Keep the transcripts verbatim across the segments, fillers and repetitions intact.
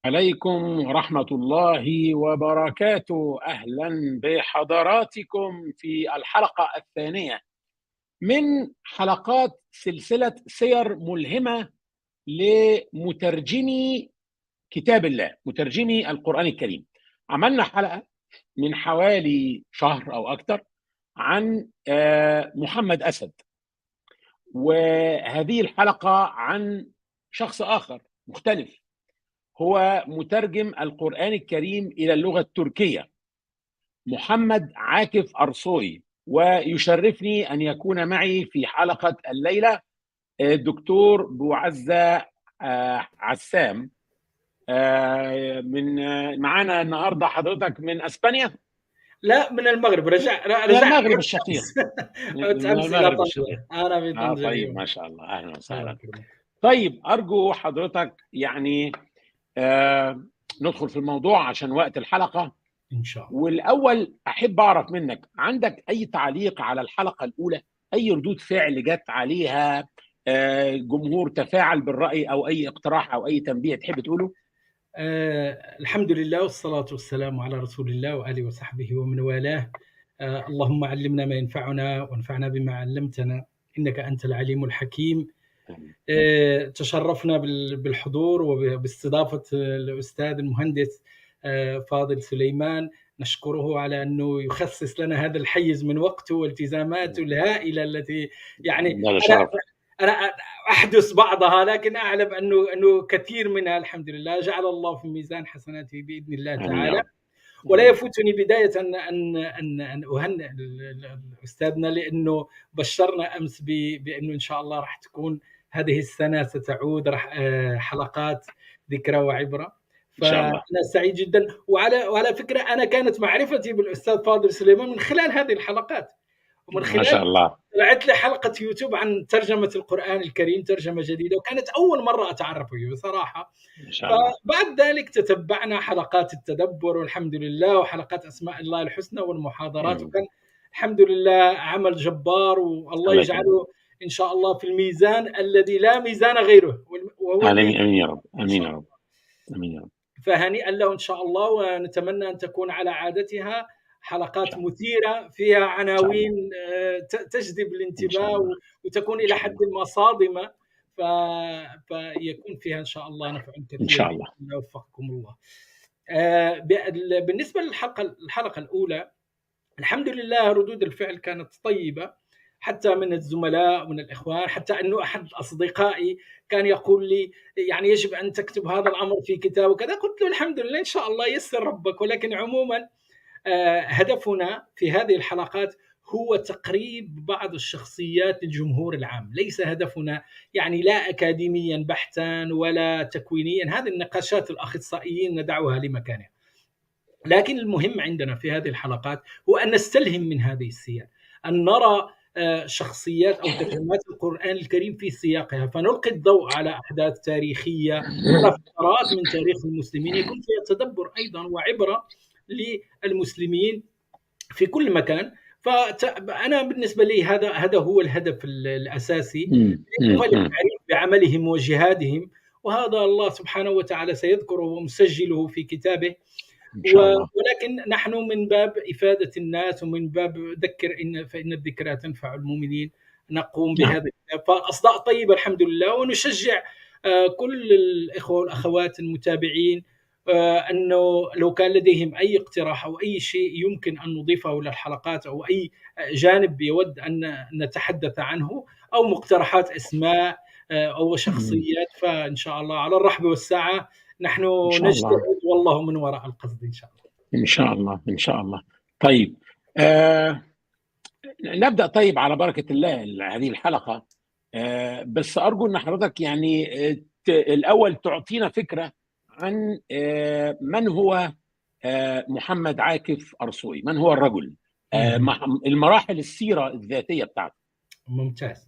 عليكم ورحمة الله وبركاته. أهلا بحضراتكم في الحلقة الثانية من حلقات سلسلة سير ملهمة لمترجمي كتاب الله، مترجمي القرآن الكريم. عملنا حلقة من حوالي شهر أو أكثر عن محمد أسد، وهذه الحلقة عن شخص آخر مختلف، هو مترجم القرآن الكريم إلى اللغة التركية، محمد عاكف أرسوي. ويشرفني أن يكون معي في حلقة الليلة الدكتور بوعزة عسام. من معنا النهارده حضرتك من اسبانيا؟ لا، من المغرب. رجع رجع من المغرب الشقيق. من المغرب الشقيق. انا في آه طنجة. طيب، ما شاء الله، اهلا وسهلا. طيب، ارجو حضرتك يعني آه ندخل في الموضوع عشان وقت الحلقة ان شاء الله. والاول احب اعرف منك، عندك اي تعليق على الحلقة الاولى؟ اي ردود فعل جت عليها؟ آه جمهور تفاعل بالرأي او اي اقتراح او اي تنبيه تحب تقوله؟ آه الحمد لله والصلاة والسلام على رسول الله وآله وصحبه ومن والاه. آه اللهم علمنا ما ينفعنا وانفعنا بما علمتنا إنك أنت العليم الحكيم. آه تشرفنا بالحضور وباستضافة الأستاذ المهندس آه فاضل سليمان، نشكره على أنه يخصص لنا هذا الحيز من وقته والتزاماته الهائلة التي يعني أنا أنا أحدث بعضها، لكن أعلم أنه أنه كثير منها الحمد لله جعل الله في ميزان حسناته بإذن الله تعالى. ولا يفوتني بداية أن أن أن أن أهنئ أستاذنا، لأنه بشرنا أمس بأنه إن شاء الله راح تكون هذه السنة ستعود راح حلقات ذكرى وعبرة. فأنا سعيد جدا. وعلى وعلى فكرة، أنا كانت معرفتي بالأستاذ فاضل سليمان من خلال هذه الحلقات، ومن خلال ما شاء الله طلعت لي حلقة يوتيوب عن ترجمة القرآن الكريم، ترجمة جديدة، وكانت أول مرة أتعرف به بصراحة. فبعد ذلك تتبعنا حلقات التدبر والحمد لله، وحلقات أسماء الله الحسنى والمحاضرات، وكان الحمد لله عمل جبار، والله يجعله إن شاء الله في الميزان الذي لا ميزان غيره، وهو آمين آمين يا رب، آمين يا رب، آمين يا رب. فهنيئا له إن شاء الله، ونتمنى أن تكون على عادتها حلقات مثيرة فيها عناوين تجذب الانتباه وتكون إلى حد ما صادمة، ف... فيكون فيها إن شاء الله نفع كثير إن شاء الله. وفقكم الله. بالنسبة للحلقة الحلقة الأولى، الحمد لله ردود الفعل كانت طيبة، حتى من الزملاء ومن الإخوان، حتى أنه أحد أصدقائي كان يقول لي يعني يجب أن تكتب هذا الأمر في كتاب وكذا. قلت له الحمد لله إن شاء الله يسر ربك. ولكن عموما هدفنا في هذه الحلقات هو تقريب بعض الشخصيات للجمهور العام، ليس هدفنا يعني لا أكاديميا بحتا ولا تكوينيا، هذه النقاشات الأخصائيين ندعوها لمكانها. لكن المهم عندنا في هذه الحلقات هو أن نستلهم من هذه السير، أن نرى شخصيات أو ترجمات القرآن الكريم في سياقها، فنلقي الضوء على أحداث تاريخية، على فترات من تاريخ المسلمين يكون فيها تدبر أيضا وعبرة للمسلمين في كل مكان. فأنا بالنسبة لي هذا هذا هو الهدف الأساسي، بعملهم وجهادهم، وهذا الله سبحانه وتعالى سيذكره ومسجله في كتابه. ولكن نحن من باب إفادة الناس ومن باب ذكر إن فإن الذكرى تنفع المؤمنين نقوم بهذا. فالأصداء طيبة الحمد لله، ونشجع كل الإخوة والأخوات المتابعين أنه لو كان لديهم أي اقتراح أو أي شيء يمكن أن نضيفه للحلقات، أو أي جانب يود أن نتحدث عنه، أو مقترحات أسماء أو شخصيات، فإن شاء الله على الرحب والسعة نحن نجتهد، والله من وراء القصد إن شاء الله. إن شاء الله إن شاء الله. طيب، آه نبدأ طيب على بركة الله هذه الحلقة. آه بس أرجو أن حضرتك يعني الأول تعطينا فكرة عن آه من هو آه محمد عاكف أرسوي، من هو الرجل، آه المراحل السيرة الذاتية بتاعته. ممتاز.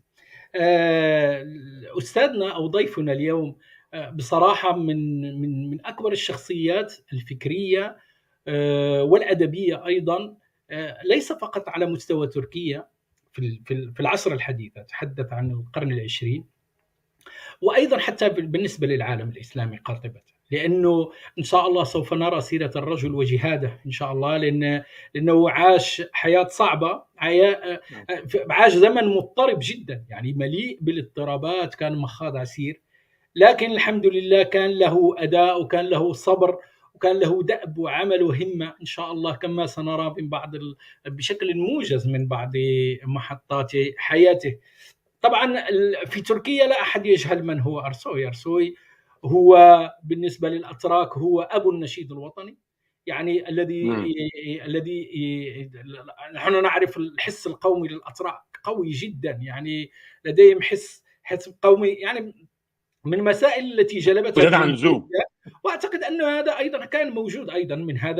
آه أستاذنا أو ضيفنا اليوم بصراحة من من من أكبر الشخصيات الفكرية والأدبية أيضا، ليس فقط على مستوى تركيا في في العصر الحديث، أتحدث عن القرن العشرين، وأيضا حتى بالنسبة للعالم الإسلامي قاطبة. لأنه إن شاء الله سوف نرى سيرة الرجل وجهاده إن شاء الله، لأن لأنه عاش حياة صعبة، حياة عاش زمن مضطرب جدا، يعني مليء بالاضطرابات، كان مخاض عسير، لكن الحمد لله كان له أداء وكان له صبر وكان له دأب وعمل وهمة إن شاء الله، كما سنرى من بعض ال... بشكل موجز من بعض محطات حياته. طبعا في تركيا لا أحد يجهل من هو أرسوي. أرسوي هو بالنسبة للأتراك هو أبو النشيد الوطني، يعني الذي الذي نحن نعرف الحس القومي للأتراك قوي جدا، يعني لديهم حس حس قومي، يعني من المسائل التي جلبتها عن ذوق. واعتقد ان هذا ايضا كان موجود ايضا من هذا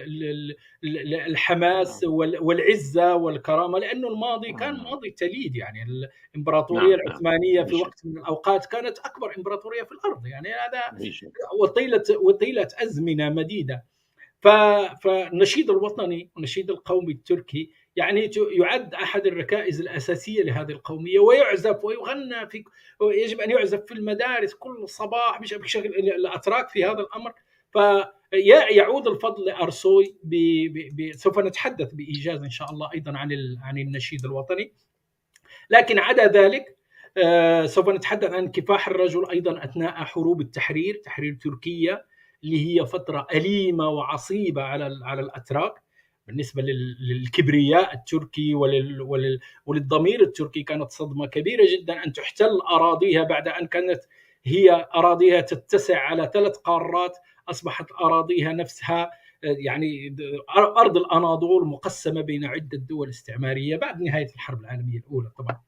الحماس والعزه والكرامه، لانه الماضي كان ماضي تليد، يعني الامبراطوريه نعم. العثمانيه في وقت من الاوقات كانت اكبر امبراطوريه في الارض، يعني هذا وطيله وطيله ازمنه مديده. فالنشيد الوطني والنشيد القومي التركي يعني يعد أحد الركائز الأساسية لهذه القومية، ويعزف ويغنى في، يجب أن يعزف في المدارس كل صباح بشكل الأتراك في هذا الأمر. فيعود الفضل لأرسوي. ب... ب... سوف نتحدث بإيجاز إن شاء الله أيضا عن ال... عن النشيد الوطني، لكن عدا ذلك سوف نتحدث عن كفاح الرجل أيضا أثناء حروب التحرير، تحرير تركيا، اللي هي فترة أليمة وعصيبة على على الأتراك بالنسبة للكبرياء التركي ولل ولل وللضمير التركي. كانت صدمة كبيرة جدا أن تحتل أراضيها بعد أن كانت هي أراضيها تتسع على ثلاث قارات، أصبحت أراضيها نفسها يعني أرض الأناضول مقسمة بين عدة دول استعمارية بعد نهاية الحرب العالمية الأولى طبعا.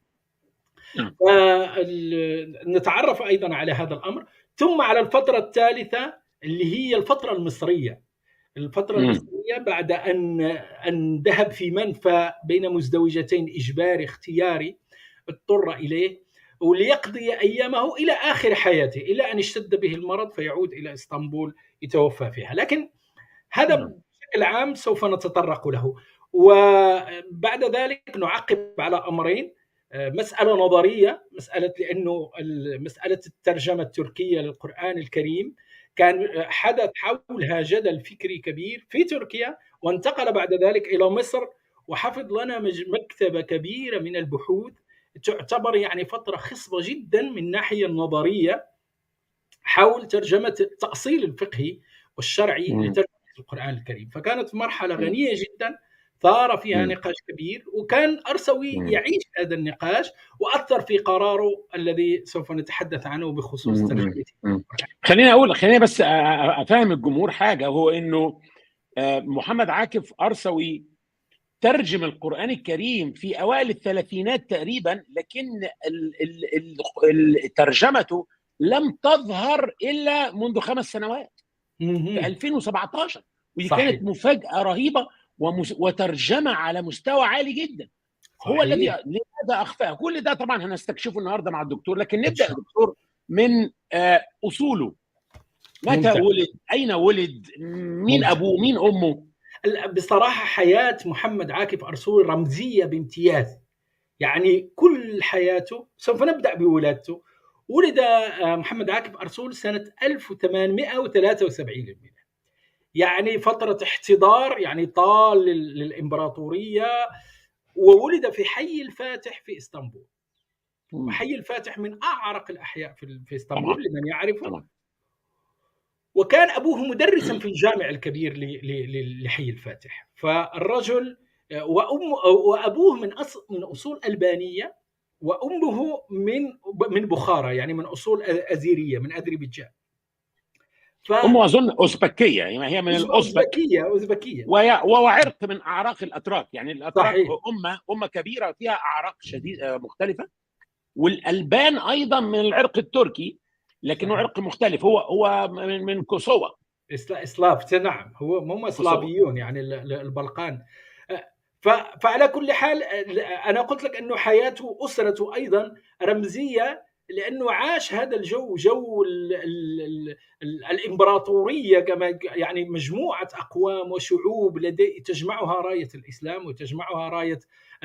نتعرف أيضا على هذا الأمر، ثم على الفترة الثالثة اللي هي الفترة المصرية. الفترة م. المصرية بعد أن أن ذهب في منفى بين مزدوجتين إجباري اختياري اضطر إليه، وليقضي أيامه إلى آخر حياته، إلى أن اشتد به المرض فيعود إلى إسطنبول يتوفى فيها. لكن هذا م. بشكل عام سوف نتطرق له. وبعد ذلك نعقب على أمرين، مسألة نظرية، مسألة لأنه مسألة الترجمة التركية للقرآن الكريم كان حدث حولها جدل فكري كبير في تركيا، وانتقل بعد ذلك إلى مصر وحفظ لنا مكتبة كبيرة من البحوث، تعتبر يعني فترة خصبة جدا من ناحية النظرية حول ترجمة التأصيل الفقهي والشرعي لترجمة القرآن الكريم. فكانت مرحلة غنية جدا ثار فيها نقاش كبير، وكان أرسوي يعيش هذا النقاش وأثر في قراره الذي سوف نتحدث عنه بخصوص ترجمته. خليني أقول خليني بس أفهم الجمهور حاجة، هو إنه محمد عاكف أرسوي ترجم القرآن الكريم في أوائل الثلاثينات تقريبا، لكن ترجمته لم تظهر إلا منذ خمس سنوات في ألفين وسبعتاشر، ودي كانت مفاجأة رهيبة وترجمة على مستوى عالي جدا. صحيح. هو الذي لماذا أخفاه؟ كل ده طبعا هنستكشفه النهارده مع الدكتور، لكن نبدأ دكتور من أصوله. متى ممتع. ولد؟ أين ولد؟ مين ممتع. أبوه؟ مين أمه؟ بصراحة حياة محمد عاكف أرسوي رمزية بامتياز، يعني كل حياته. سوف نبدأ بولادته. ولد محمد عاكف أرسوي سنة ألف وثمانمائة وثلاثة وسبعين، يعني فترة احتضار يعني طال للإمبراطورية، وولد في حي الفاتح في إسطنبول. وحي الفاتح من أعرق الأحياء في إسطنبول لمن يعرفه، وكان أبوه مدرسا في الجامع الكبير لحي الفاتح. فالرجل وأم وأبوه من أصل من أصول ألبانية، وأمه من من بخارى، يعني من أصول أزيرية من أذربيجان. ف... أمه أظن أوزبكية، يعني هي من الأوزبك، أوزبكية أوزبكية وهو عرق من أعراق الأتراك، يعني الأتراك أمة أمة كبيرة فيها أعراق شديد مختلفة، والألبان أيضا من العرق التركي لكنه عرق مختلف. هو هو من من كوسوفا، إسلاف. نعم، هو هم سلافيون يعني البلقان. فعلى كل حال أنا قلت لك أنه حياته أسرته أيضا رمزية، لأنه عاش هذا الجو، جو ال ال ال ال الإمبراطورية، كما يعني مجموعة أقوام وشعوب لدي تجمعها راية الإسلام وتجمعها راية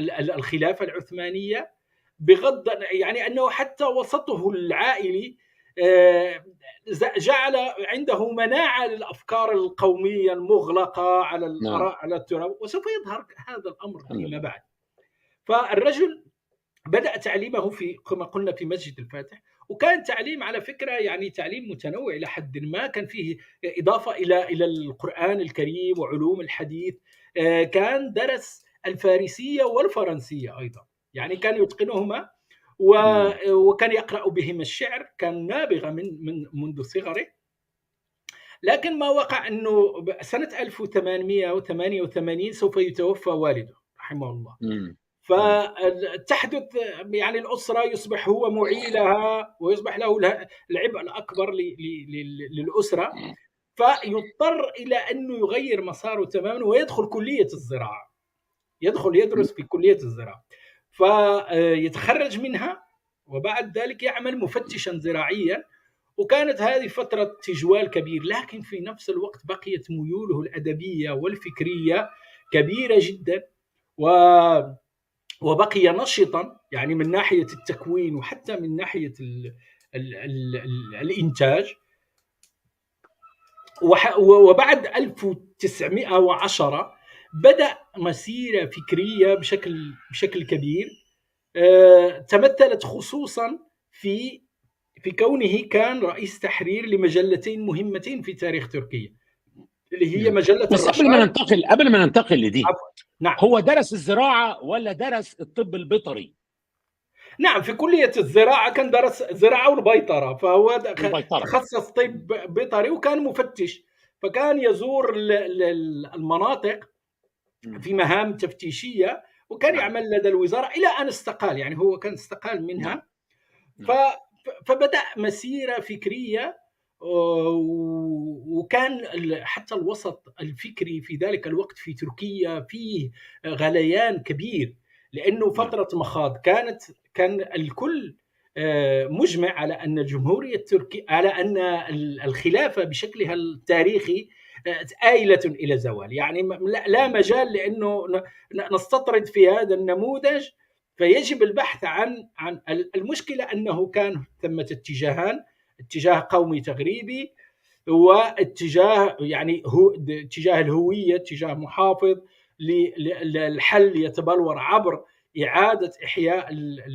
الخلافة العثمانية، بغض يعني أنه حتى وسطه العائلي جعل عنده مناعة للأفكار القومية المغلقة على الآراء على التراب، وسوف يظهر هذا الأمر فيما بعد. فالرجل بدأ تعليمه في كما قلنا في مسجد الفاتح، وكان تعليم على فكرة يعني تعليم متنوع إلى حد ما، كان فيه إضافة إلى إلى القرآن الكريم وعلوم الحديث. كان درس الفارسية والفرنسية أيضا، يعني كان يتقنهما، وكان يقرأ بهما الشعر، كان نابغة من من منذ صغره. لكن ما وقع أنه سنة ألف وثمانمئة وثمانية وثمانين سوف يتوفى والده رحمه الله. فتحدث يعني الأسرة يصبح هو معيلها، ويصبح له العبء الأكبر للأسرة، فيضطر إلى أنه يغير مساره تماما ويدخل كلية الزراعة، يدخل يدرس في كلية الزراعة، فيتخرج منها، وبعد ذلك يعمل مفتشا زراعيا. وكانت هذه فترة تجوال كبير، لكن في نفس الوقت بقيت ميوله الأدبية والفكرية كبيرة جدا، و وبقي نشطا يعني من ناحية التكوين وحتى من ناحية ال ال ال ال الإنتاج. وبعد ألف وتسعمئة وعشرة بدأ مسيرة فكرية بشكل بشكل كبير، تمثلت خصوصا في في كونه كان رئيس تحرير لمجلتين مهمتين في تاريخ تركيا، اللي هي مجلة بس الرشاد. قبل ما ننتقل قبل ما ننتقل لدي، نعم. هو درس الزراعة ولا درس الطب البيطري؟ نعم، في كلية الزراعة كان درس زراعة والبيطرة، فهو تخصص طب بيطري وكان مفتش، فكان يزور المناطق في مهام تفتيشية، وكان يعمل لدى الوزارة إلى أن استقال، يعني هو كان استقال منها. فبدأ مسيرة فكرية، وكان حتى الوسط الفكري في ذلك الوقت في تركيا فيه غليان كبير، لأنه فترة مخاض كانت كان الكل مجمع على أن الجمهورية التركية، على أن الخلافة بشكلها التاريخي آيلة إلى زوال، يعني لا مجال لأنه نستطرد في هذا النموذج، فيجب البحث عن عن المشكلة. أنه كان ثمة اتجاهان، اتجاه قومي تغريبي، واتجاه يعني هو اتجاه الهوية، اتجاه محافظ للحل يتبلور عبر إعادة إحياء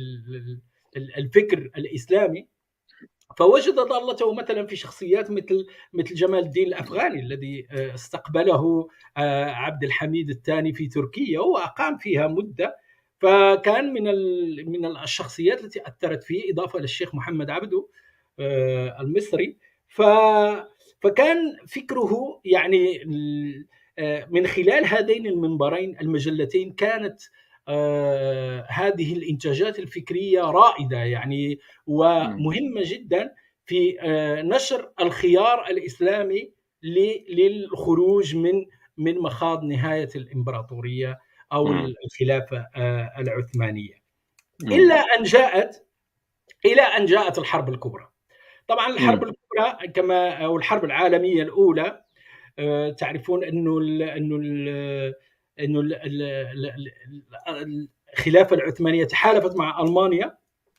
الفكر الإسلامي. فوجد ضالته مثلا في شخصيات مثل مثل جمال الدين الأفغاني الذي استقبله عبد الحميد الثاني في تركيا وأقام فيها مدة، فكان من من الشخصيات التي أثرت فيه، إضافة للشيخ محمد عبده المصري. فكان فكره يعني من خلال هذين المنبرين المجلتين كانت هذه الإنتاجات الفكرية رائدة يعني ومهمة جدا في نشر الخيار الإسلامي للخروج من من مخاض نهاية الإمبراطورية أو الخلافة العثمانية، إلا أن جاءت إلى أن جاءت الحرب الكبرى. طبعا الحرب الكبرى كما أو الحرب العالمية الأولى، تعرفون أنه ال أنه ال أنه ال الخلافة العثمانية تحالفت مع ألمانيا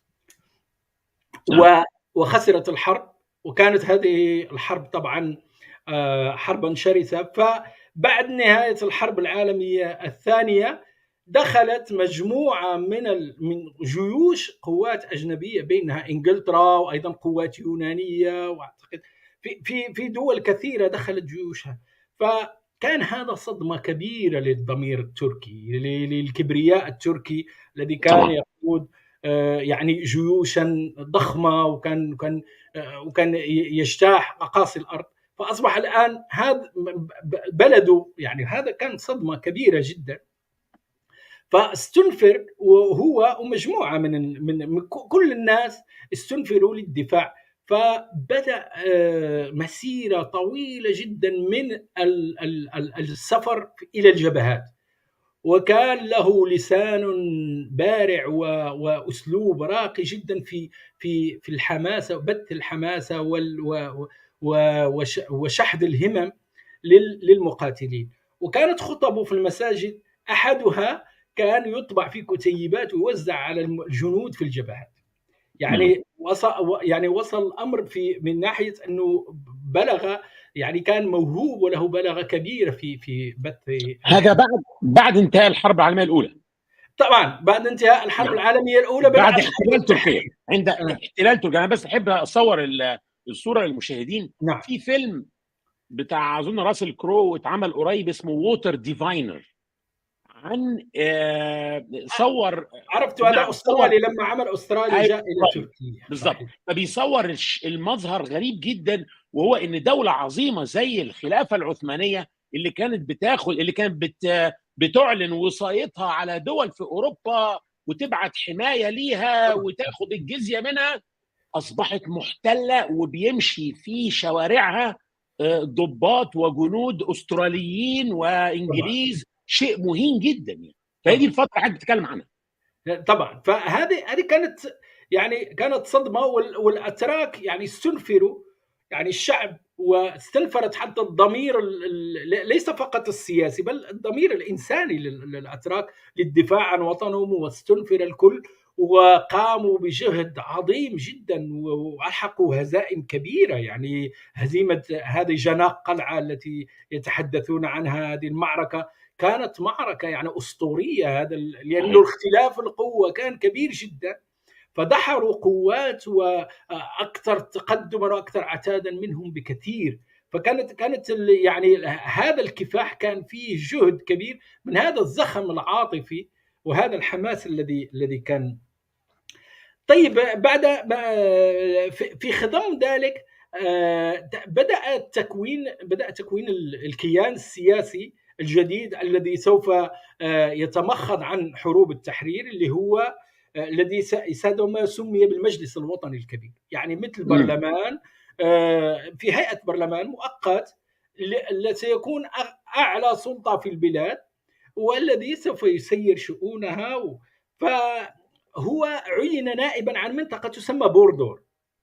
وخسرت الحرب، وكانت هذه الحرب طبعا حربا شرسة. فبعد نهاية الحرب العالمية الثانية دخلت مجموعة من من جيوش قوات أجنبية، بينها إنجلترا وأيضا قوات يونانية، وأعتقد في في في دول كثيرة دخلت جيوشها. فكان هذا صدمة كبيرة للضمير التركي، للكبرياء التركي الذي كان يقود يعني جيوشا ضخمة، وكان كان وكان يجتاح أقاصي الأرض. فأصبح الآن هذا بلده، يعني هذا كان صدمة كبيرة جدا. فاستنفر وهو ومجموعة من من كل الناس استنفروا للدفاع. فبدأ مسيرة طويلة جدا من السفر إلى الجبهات، وكان له لسان بارع وأسلوب راقي جدا في في في الحماسة، بث الحماسة وشحذ الهمم للمقاتلين. وكانت خطبه في المساجد أحدها كان يطبع في كتيبات ويوزع على الجنود في الجبهات. يعني وصل يعني وصل الامر في من ناحيه انه بلغ، يعني كان موهوب وله بلاغه كبيره في في بث هذا الحديث. بعد بعد انتهاء الحرب العالميه الاولى، طبعا بعد انتهاء الحرب يعني العالميه الاولى بدات بعد حرب احتلال تركيا، التحرير. عند آه. احتلال تركيا. انا بس احب اصور ال- الصوره للمشاهدين. نعم. في فيلم بتاع اظن راسل كرو اتعمل قريب اسمه ووتر ديفاينر، عن آه، صور عرفت هذا نعم صور استرالي، لما عمل استرالي أيوة، جاء الى تركيا. بالظبط. صحيح. فبيصور الش- المظهر غريب جدا، وهو ان دوله عظيمه زي الخلافه العثمانيه اللي كانت بتاخد اللي كانت بت بتعلن وصايتها على دول في اوروبا وتبعت حمايه ليها طبعا. وتاخد الجزيه منها، اصبحت محتله وبيمشي في شوارعها آه، ضباط وجنود استراليين طبعا. وانجليز. شيء مهين جدا يعني. فهي دي طبعا. الفتره حضرتك بتتكلم عنها. طبعا فهذه هذه كانت يعني كانت صدمه، وال- والاتراك يعني استنفروا، يعني الشعب، واستنفرت حتى الضمير ال- ال- ليس فقط السياسي بل الضمير الانساني لل- للاتراك للدفاع عن وطنهم، واستنفر الكل وقاموا بجهد عظيم جدا والحقوا هزائم كبيره. يعني هزيمه هذه جناق قلعه التي يتحدثون عنها، هذه المعركه كانت معركة يعني أسطورية، هذا لأنه اختلاف القوة كان كبير جدا، فدحروا قوات وأكثر تقدما وأكثر عتادا منهم بكثير. فكانت كانت يعني هذا الكفاح كان فيه جهد كبير من هذا الزخم العاطفي وهذا الحماس الذي الذي كان. طيب بعد في خضم ذلك بدأ تكوين بدأ تكوين الكيان السياسي الجديد الذي سوف يتمخض عن حروب التحرير، اللي هو الذي ما سمي بالمجلس الوطني الكبير، يعني مثل برلمان في هيئة برلمان مؤقت الذي سيكون أعلى سلطة في البلاد والذي سوف يسير شؤونها. فهو عين نائبا عن منطقة تسمى بوردور،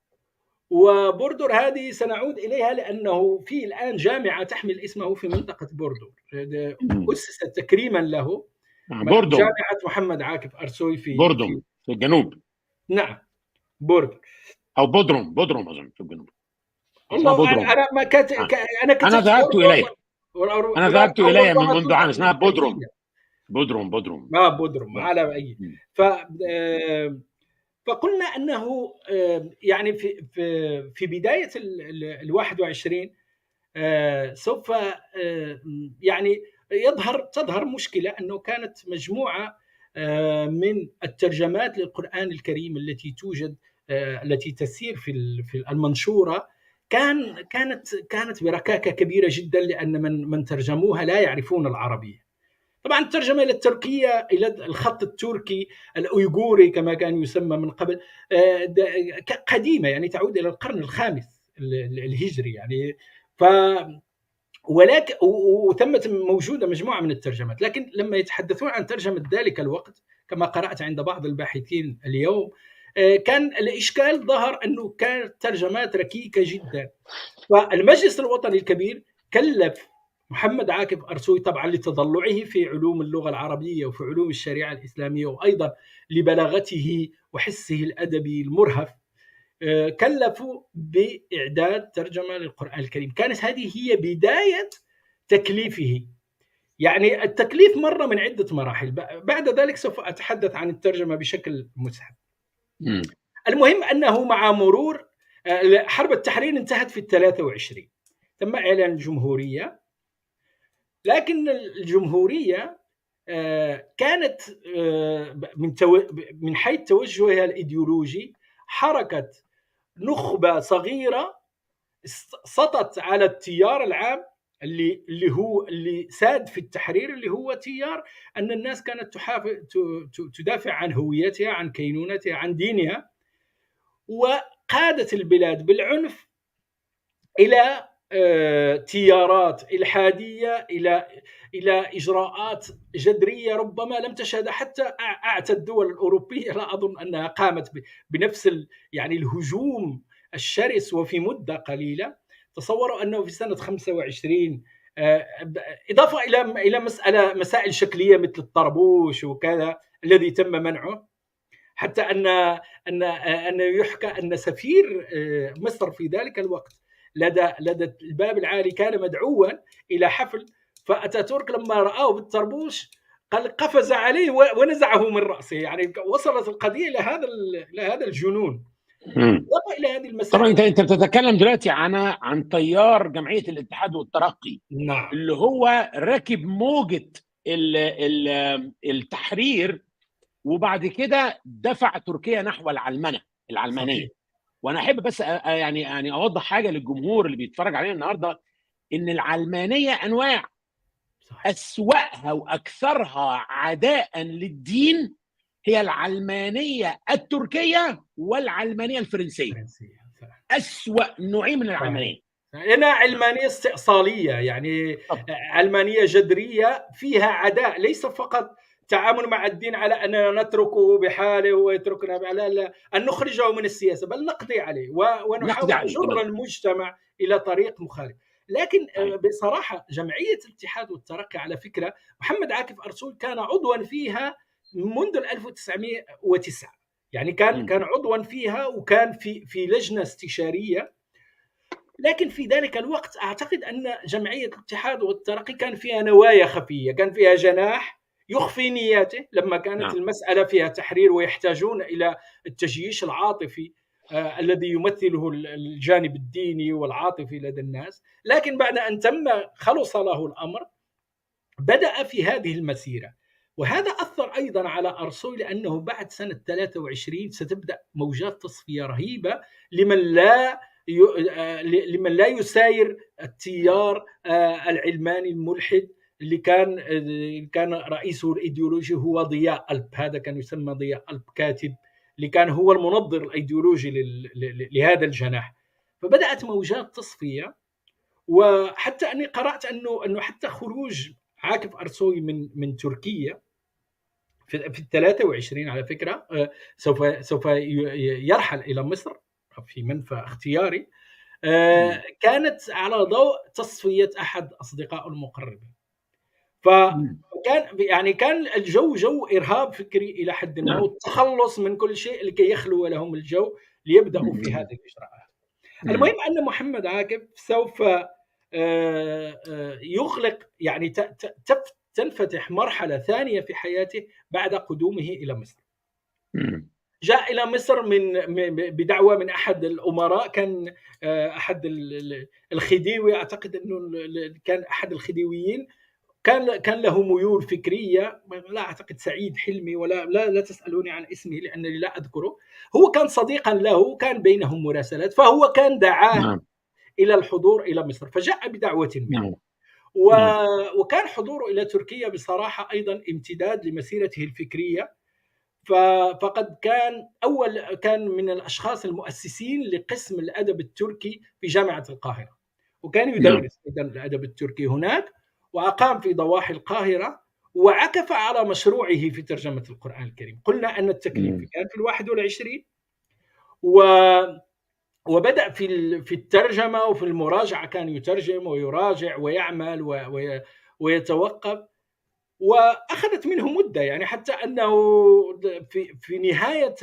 وبوردور هذه سنعود إليها لأنه في الآن جامعة تحمل اسمه في منطقة بوردور، أسست تكريما له، بوردوم. جامعة محمد عاكف أرسوي في بوردوم في, في الجنوب. نعم بوردور أو بودروم بودروم أظن في الجنوب. والله بودروم. أنا ما كت... آه. أنا كتبت أنا ذهبت إليه والأور... أنا ذهبت إليه من منذ عام. اسمها بودروم بودروم بودروم ما بودروم على أي. ف فقلنا أنه يعني في في في بداية ال واحد وعشرين سوف يعني يظهر تظهر مشكلة، أنه كانت مجموعة من الترجمات للقرآن الكريم التي توجد التي تسير في في المنشورة كان كانت كانت بركاكة كبيرة جدا، لأن من من ترجموها لا يعرفون العربية. طبعا الترجمة إلى التركية إلى الخط التركي الأيغوري كما كان يسمى من قبل قديمة، يعني تعود إلى القرن الخامس الهجري يعني. ف ولكن وتمت موجودة مجموعة من الترجمات، لكن لما يتحدثون عن ترجمة ذلك الوقت كما قرأت عند بعض الباحثين اليوم كان الإشكال ظهر أنه كانت ترجمات ركيكة جدا. فالمجلس الوطني الكبير كلف محمد عاكف أرسوي طبعا لتضلعه في علوم اللغة العربية وفي علوم الشريعة الإسلامية، وأيضا لبلاغته وحسه الأدبي المرهف، كلفوا بإعداد ترجمة للقرآن الكريم. كانت هذه هي بداية تكليفه، يعني التكليف مر من عدة مراحل، بعد ذلك سوف أتحدث عن الترجمة بشكل مسهب. المهم أنه مع مرور حرب التحرير انتهت في الثلاثة وعشرين، تم إعلان الجمهورية، لكن الجمهورية كانت من من حيث توجهها الإيديولوجي حركة نخبة صغيرة سطت على التيار العام اللي اللي هو اللي ساد في التحرير، اللي هو تيار أن الناس كانت تحافظ تدافع عن هويتها، عن كينونتها، عن دينها، وقادت البلاد بالعنف إلى تيارات إلحادية، إلى إلى إجراءات جذرية ربما لم تشهد حتى أعتى الدول الأوروبية. لا أظن أنها قامت بنفس يعني الهجوم الشرس وفي مدة قليلة. تصوروا أنه في سنة خمسة وعشرين إضافة إلى إلى مسألة مسائل شكلية مثل الطربوش وكذا الذي تم منعه، حتى أن أن أن يحكى أن سفير مصر في ذلك الوقت لدى لدى الباب العالي كان مدعوا إلى حفل، فأتاتورك لما رآه بالطربوش قال قفز عليه ونزعه من رأسه. يعني وصلت القضية إلى هذا إلى هذا الجنون. إلى هذه المسائل. طبعا انت انت بتتكلم دلوقتي عن عن تيار جمعية الاتحاد والترقي. نعم. اللي هو راكب موجة ال ال التحرير، وبعد كده دفع تركيا نحو العلمنة العلمانية. صحيح. وانا احب بس يعني يعني اوضح حاجة للجمهور اللي بيتفرج علينا النهارده، ان العلمانية انواع. صحيح. اسوأها واكثرها عداء للدين هي العلمانية التركية والعلمانية الفرنسية. أسوأ نوعين من العلمانية. هنا علمانية استئصالية، يعني علمانية جذرية فيها عداء، ليس فقط تعامل مع الدين على أننا نتركه بحاله ويتركنا بحاله، لا، أن نخرجه من السياسة بل نقضي عليه ونحاول جر المجتمع إلى طريق مخالف. لكن بصراحة جمعية الاتحاد والترقي على فكرة محمد عاكف أرسول كان عضوا فيها منذ ألف وتسعمائة وتسعة، يعني كان م. كان عضوا فيها وكان في في لجنة استشارية. لكن في ذلك الوقت أعتقد أن جمعية الاتحاد والترقي كان فيها نوايا خفية، كان فيها جناح يخفي نياته لما كانت نعم. المسألة فيها تحرير ويحتاجون إلى التجييش العاطفي آه الذي يمثله الجانب الديني والعاطفي لدى الناس. لكن بعد أن تم خلص له الأمر بدأ في هذه المسيرة، وهذا أثر أيضا على أرسول، لأنه بعد سنة ثلاثة وعشرين ستبدأ موجات تصفية رهيبة لمن لا لمن لا يساير التيار العلماني الملحد اللي كان كان رئيسه الإيديولوجي هو ضياء ألب. هذا كان يسمى ضياء ألب كاتب، اللي كان هو المنظر الإيديولوجي لهذا الجناح. فبدأت موجات تصفية، وحتى أني قرأت أنه أنه حتى خروج عاكف أرسوي من من تركيا في في الثلاثة وعشرين على فكرة سوف سوف يرحل إلى مصر في منفى اختياري، كانت على ضوء تصفية أحد أصدقائه المقربين. فكان يعني كان الجو جو إرهاب فكري إلى حد ما، والتخلص من كل شيء لكي يخلو لهم الجو ليبدأوا في هذه الإجراءات. المهم أن محمد عاكف سوف يغلق، يعني تنفتح مرحلة ثانية في حياته بعد قدومه إلى مصر. جاء إلى مصر من بدعوة من أحد الأمراء، كان أحد الخديوي، أعتقد أنه كان أحد الخديويين، كان كان له ميول فكرية، لا أعتقد سعيد حلمي ولا لا, لا تسألوني عن اسمه لأنني لا أذكره. هو كان صديقا له، كان بينهم مراسلات، فهو كان دعاه إلى الحضور إلى مصر، فجاء بدعوة منه. و... وكان حضوره إلى تركيا بصراحة أيضا امتداد لمسيرته الفكرية. ف... فقد كان أول كان من الأشخاص المؤسسين لقسم الأدب التركي في جامعة القاهرة، وكان يدرس أيضا الأدب التركي هناك، وأقام في ضواحي القاهرة، وعكف على مشروعه في ترجمة القرآن الكريم. قلنا أن التكليف كان في الواحد والعشرين، و وبدأ في في الترجمة وفي المراجعة، كان يترجم ويراجع ويعمل ويتوقف، وأخذت منه مدة، يعني حتى أنه في في نهاية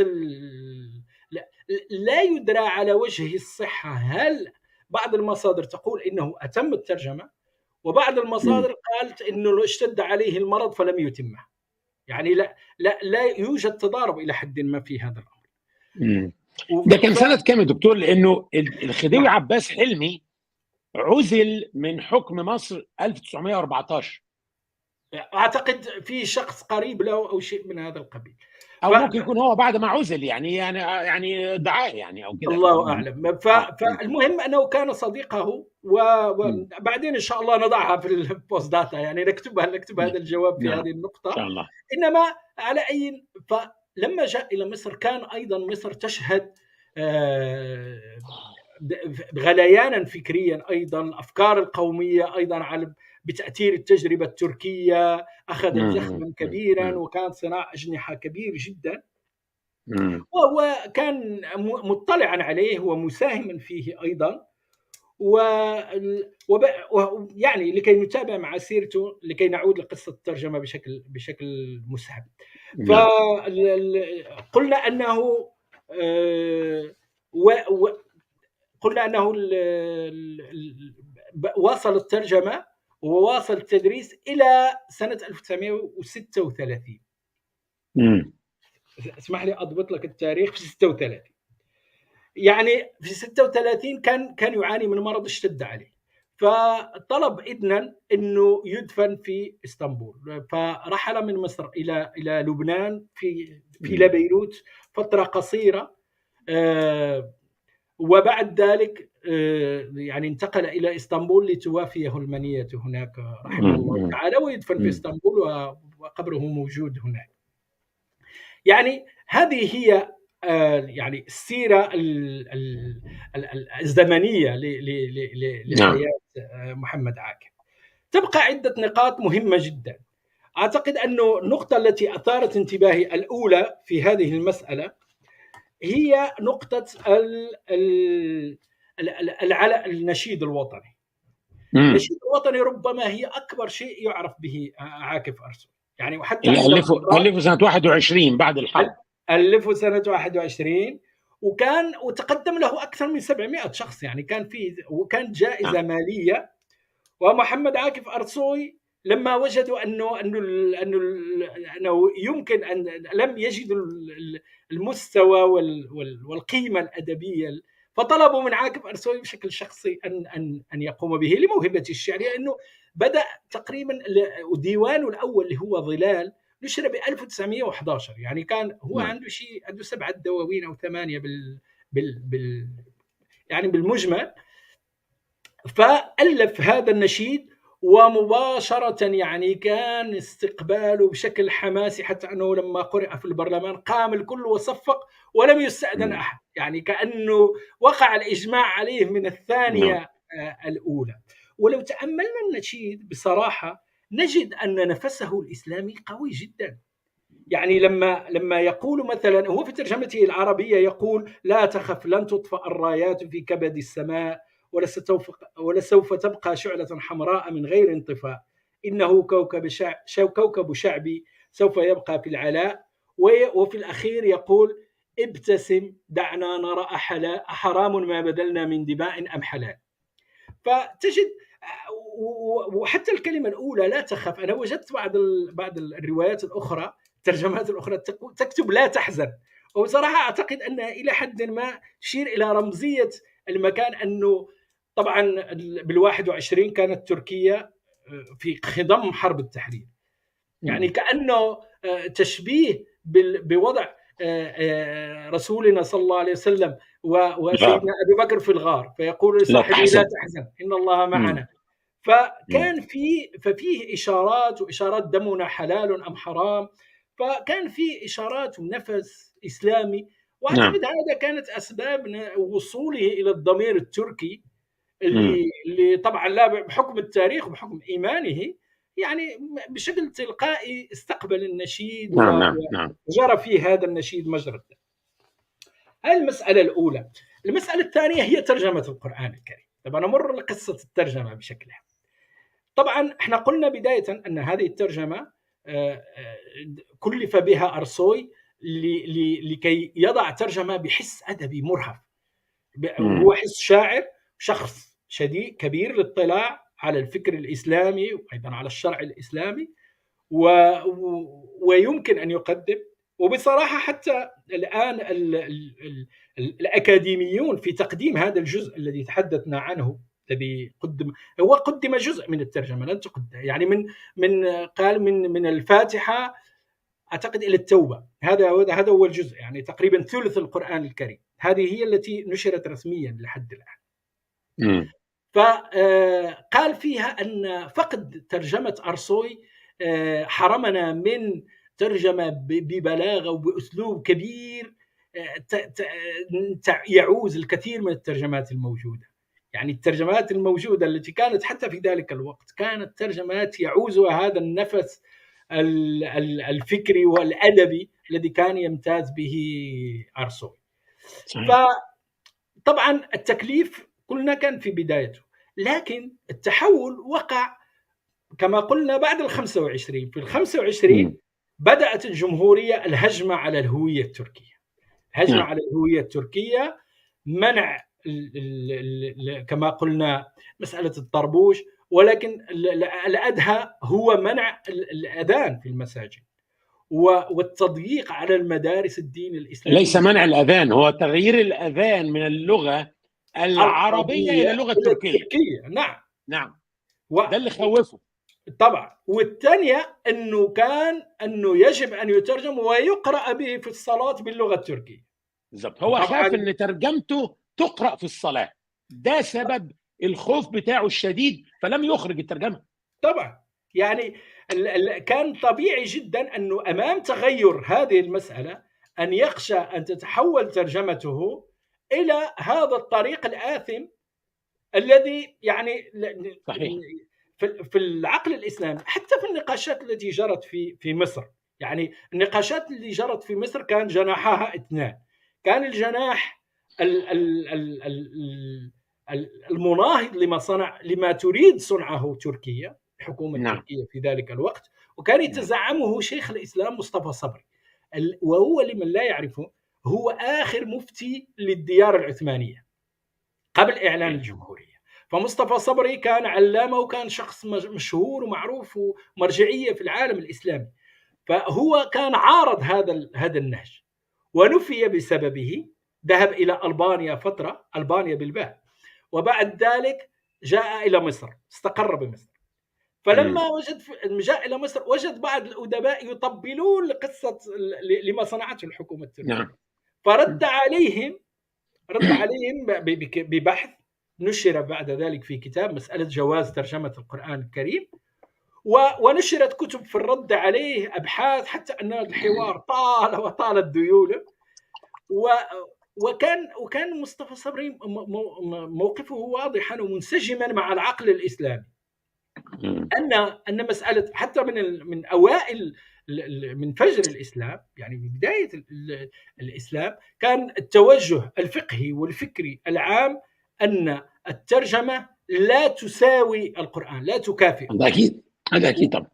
لا يدرى على وجه الصحة، هل بعض المصادر تقول إنه أتم الترجمة، وبعض المصادر قالت إنه اشتد عليه المرض فلم يتمه. يعني لا لا لا يوجد تضارب إلى حد ما في هذا الأمر. ده كان سنة كام يا دكتور؟ لأنه الخديوي عباس حلمي عزل من حكم مصر ألف وتسعمائة وأربعة عشر، أعتقد في شخص قريب له أو شيء من هذا القبيل، أو ف... ممكن يكون هو بعد ما عزل، يعني يعني يعني دعاء يعني أو كده، الله أعلم. ف... فالمهم أنه كان صديقه، وبعدين إن شاء الله نضعها في البوست داتا، يعني نكتبها نكتب هذا الجواب في هذه النقطة إن شاء الله. إنما على أي ف... لما جاء إلى مصر كان أيضا مصر تشهد غليانا فكريا، أيضا الأفكار القومية أيضا على بتأثير التجربة التركية أخذت زخما كبيرا، وكان صناع أجنحة كبير جدا، وهو كان مطلعا عليه ومساهما فيه أيضا. و وب... يعني لكي نتابع مع سيرته، لكي نعود لقصة الترجمة بشكل بشكل مسهب. فقلنا أنه و... و... قلنا أنه ال... ال... واصل الترجمة وواصل التدريس إلى سنة ألف وتسعمائة وستة وثلاثين. امم اسمح لي أضبط لك التاريخ. في ستة وثلاثين، يعني في ستة وثلاثين كان كان يعاني من مرض اشتد عليه، فطلب إذنا أنه يدفن في اسطنبول، فرحل من مصر إلى إلى لبنان في في إلى بيروت فترة قصيرة، وبعد ذلك يعني انتقل إلى اسطنبول لتوافيه المنية هناك رحمه الله تعالى، ويدفن في اسطنبول وقبره موجود هناك. يعني هذه هي يعني السيرة الزمنية لحياة محمد عاكف. تبقى عدة نقاط مهمة جدا. أعتقد أنه النقطة التي أثارت انتباهي الأولى في هذه المسألة هي نقطة النشيد الوطني. النشيد الوطني ربما هي أكبر شيء يعرف به عاكف أرسل، يعني وحتى ألفه سنة واحد وعشرين بعد الحرب، ألفه سنة واحد وعشرين، وكان وتقدم له أكثر من سبعمائة شخص، يعني كان في وكانت جائزة مالية. ومحمد عاكف أرسوي لما وجدوا أنه أنه أنه أنه يمكن أن لم يجدوا المستوى والقيمة الأدبية، فطلبوا من عاكف أرسوي بشكل شخصي أن أن أن يقوم به لموهبة الشعر، لأنه بدأ تقريبا ديوانه الأول اللي هو ظلال نشر ب ألف وتسعمائة وأحد عشر، يعني كان هو عنده شيء عنده سبعة دواوين أو ثمانية بال بال, بال يعني بالمجمل. فألف هذا النشيد ومباشرة يعني كان استقباله بشكل حماسي، حتى أنه لما قرأ في البرلمان قام الكل وصفق ولم يستأذن أحد، يعني كأنه وقع الإجماع عليه من الثانية الأولى. ولو تأملنا النشيد بصراحة نجد أن نفسه الإسلامي قوي جدا. يعني لما لما يقول مثلا هو في ترجمته العربية يقول: لا تخف لن تطفأ الرايات في كبد السماء ولسوف تبقى شعلة حمراء من غير انطفاء، إنه كوكب شعب كوكب شعبي سوف يبقى في العلاء. وفي الأخير يقول: ابتسم دعنا نرى حرام ما بدلنا من دماء أم حلال. فتجد وحتى الكلمة الأولى لا تخف، أنا وجدت بعض بعض الروايات الأخرى الترجمات الأخرى تكتب لا تحزن، وبصراحة أعتقد أنها إلى حد ما تشير إلى رمزية المكان، أنه طبعا بالواحد وعشرين كانت تركيا في خضم حرب التحرير، يعني كأنه تشبيه بوضع رسولنا صلى الله عليه وسلم وسيدنا أبي بكر في الغار، فيقول لصاحبه لا تحزن إن الله معنا. فكان في ففيه إشارات وإشارات دمنا حلال أم حرام، فكان في إشارات ونفس إسلامي. وأعتقد هذا كانت أسباب وصوله إلى الضمير التركي اللي, اللي طبعا لا بحكم التاريخ وبحكم إيمانه يعني بشكل تلقائي استقبل النشيد نعم نعم نعم. وجرى فيه هذا النشيد مجرى الدم. هذه المسألة الأولى. المسألة الثانية هي ترجمة القرآن الكريم. طبعا نمر لقصة الترجمة بشكلها. طبعا احنا قلنا بداية أن هذه الترجمة كلف بها أرسوي لكي يضع ترجمة بحس أدبي مرهف. هو حس شاعر، شخص شديد كبير الاطلاع على الفكر الإسلامي وأيضا على الشرع الإسلامي، و... ويمكن أن يقدم. وبصراحة حتى الآن ال... ال... ال... الأكاديميون في تقديم هذا الجزء الذي تحدثنا عنه الذي قدم، هو قدم جزء من الترجمة لن تقدم، يعني من من قال من من الفاتحة أعتقد إلى التوبة، هذا هذا هو الجزء، يعني تقريبا ثلث القرآن الكريم. هذه هي التي نشرت رسميا لحد الآن. م. فقال فيها أن فقد ترجمة أرسوي حرمنا من ترجمة ببلاغة وبأسلوب كبير يعوز الكثير من الترجمات الموجودة. يعني الترجمات الموجودة التي كانت حتى في ذلك الوقت كانت ترجمات يعوزها هذا النفس الفكري والأدبي الذي كان يمتاز به أرسوي. فطبعا التكليف قلنا كان في بدايته، لكن التحول وقع كما قلنا بعد الخمسة وعشرين. في الخمسة وعشرين بدأت الجمهورية الهجمة على الهوية التركية، هجمة على الهوية التركية، منع ال ال ال كما قلنا مسألة الطربوش، ولكن الأدهى هو منع الأذان في المساجد والتضييق على المدارس الدين الإسلامي. ليس منع الأذان، هو تغيير الأذان من اللغة العربية إلى اللغة التركية. نعم نعم و... ده اللي خوفه طبعا. والثانية أنه كان أنه يجب أن يترجم ويقرأ به في الصلاة باللغة التركية. بالضبط، هو خاف أن ترجمته تقرأ في الصلاة، ده سبب الخوف بتاعه الشديد، فلم يخرج الترجمة. طبعا يعني كان طبيعي جدا أنه أمام تغير هذه المسألة أن يخشى أن تتحول ترجمته إلى هذا الطريق الآثم الذي يعني صحيح. في العقل الإسلامي، حتى في النقاشات التي جرت في في مصر. يعني النقاشات اللي جرت في مصر كان جناحها اثنان. كان الجناح المناهض لما صنع لما تريد صنعه تركيا، الحكومة نعم. التركية في ذلك الوقت، وكان يتزعمه شيخ الإسلام مصطفى صبري، وهو لمن لا يعرفه هو آخر مفتي للديار العثمانية قبل إعلان الجمهورية. فمصطفى صبري كان علامة وكان شخص مشهور ومعروف ومرجعية في العالم الإسلامي، فهو كان عارض هذا هذا النهج ونفي بسببه. ذهب إلى ألبانيا فترة، ألبانيا بالباء، وبعد ذلك جاء إلى مصر، استقر بمصر. فلما وجد جاء إلى مصر وجد بعض الأدباء يطبلون لقصة لما صنعته الحكومة التركية. نعم. فرد عليهم رد عليهم ببحث نشر بعد ذلك في كتاب مسألة جواز ترجمة القرآن الكريم، ونشرت كتب في الرد عليه، أبحاث، حتى أن الحوار طال وطال الديول. وكان وكان مصطفى صبري موقفه واضحا ومنسجما مع العقل الإسلامي، أن أن مسألة حتى من من أوائل من فجر الإسلام، يعني بداية الإسلام، كان التوجه الفقهي والفكري العام أن الترجمة لا تساوي القرآن، لا تكافئ. هذا أكيد، هذا أكيد طبعا.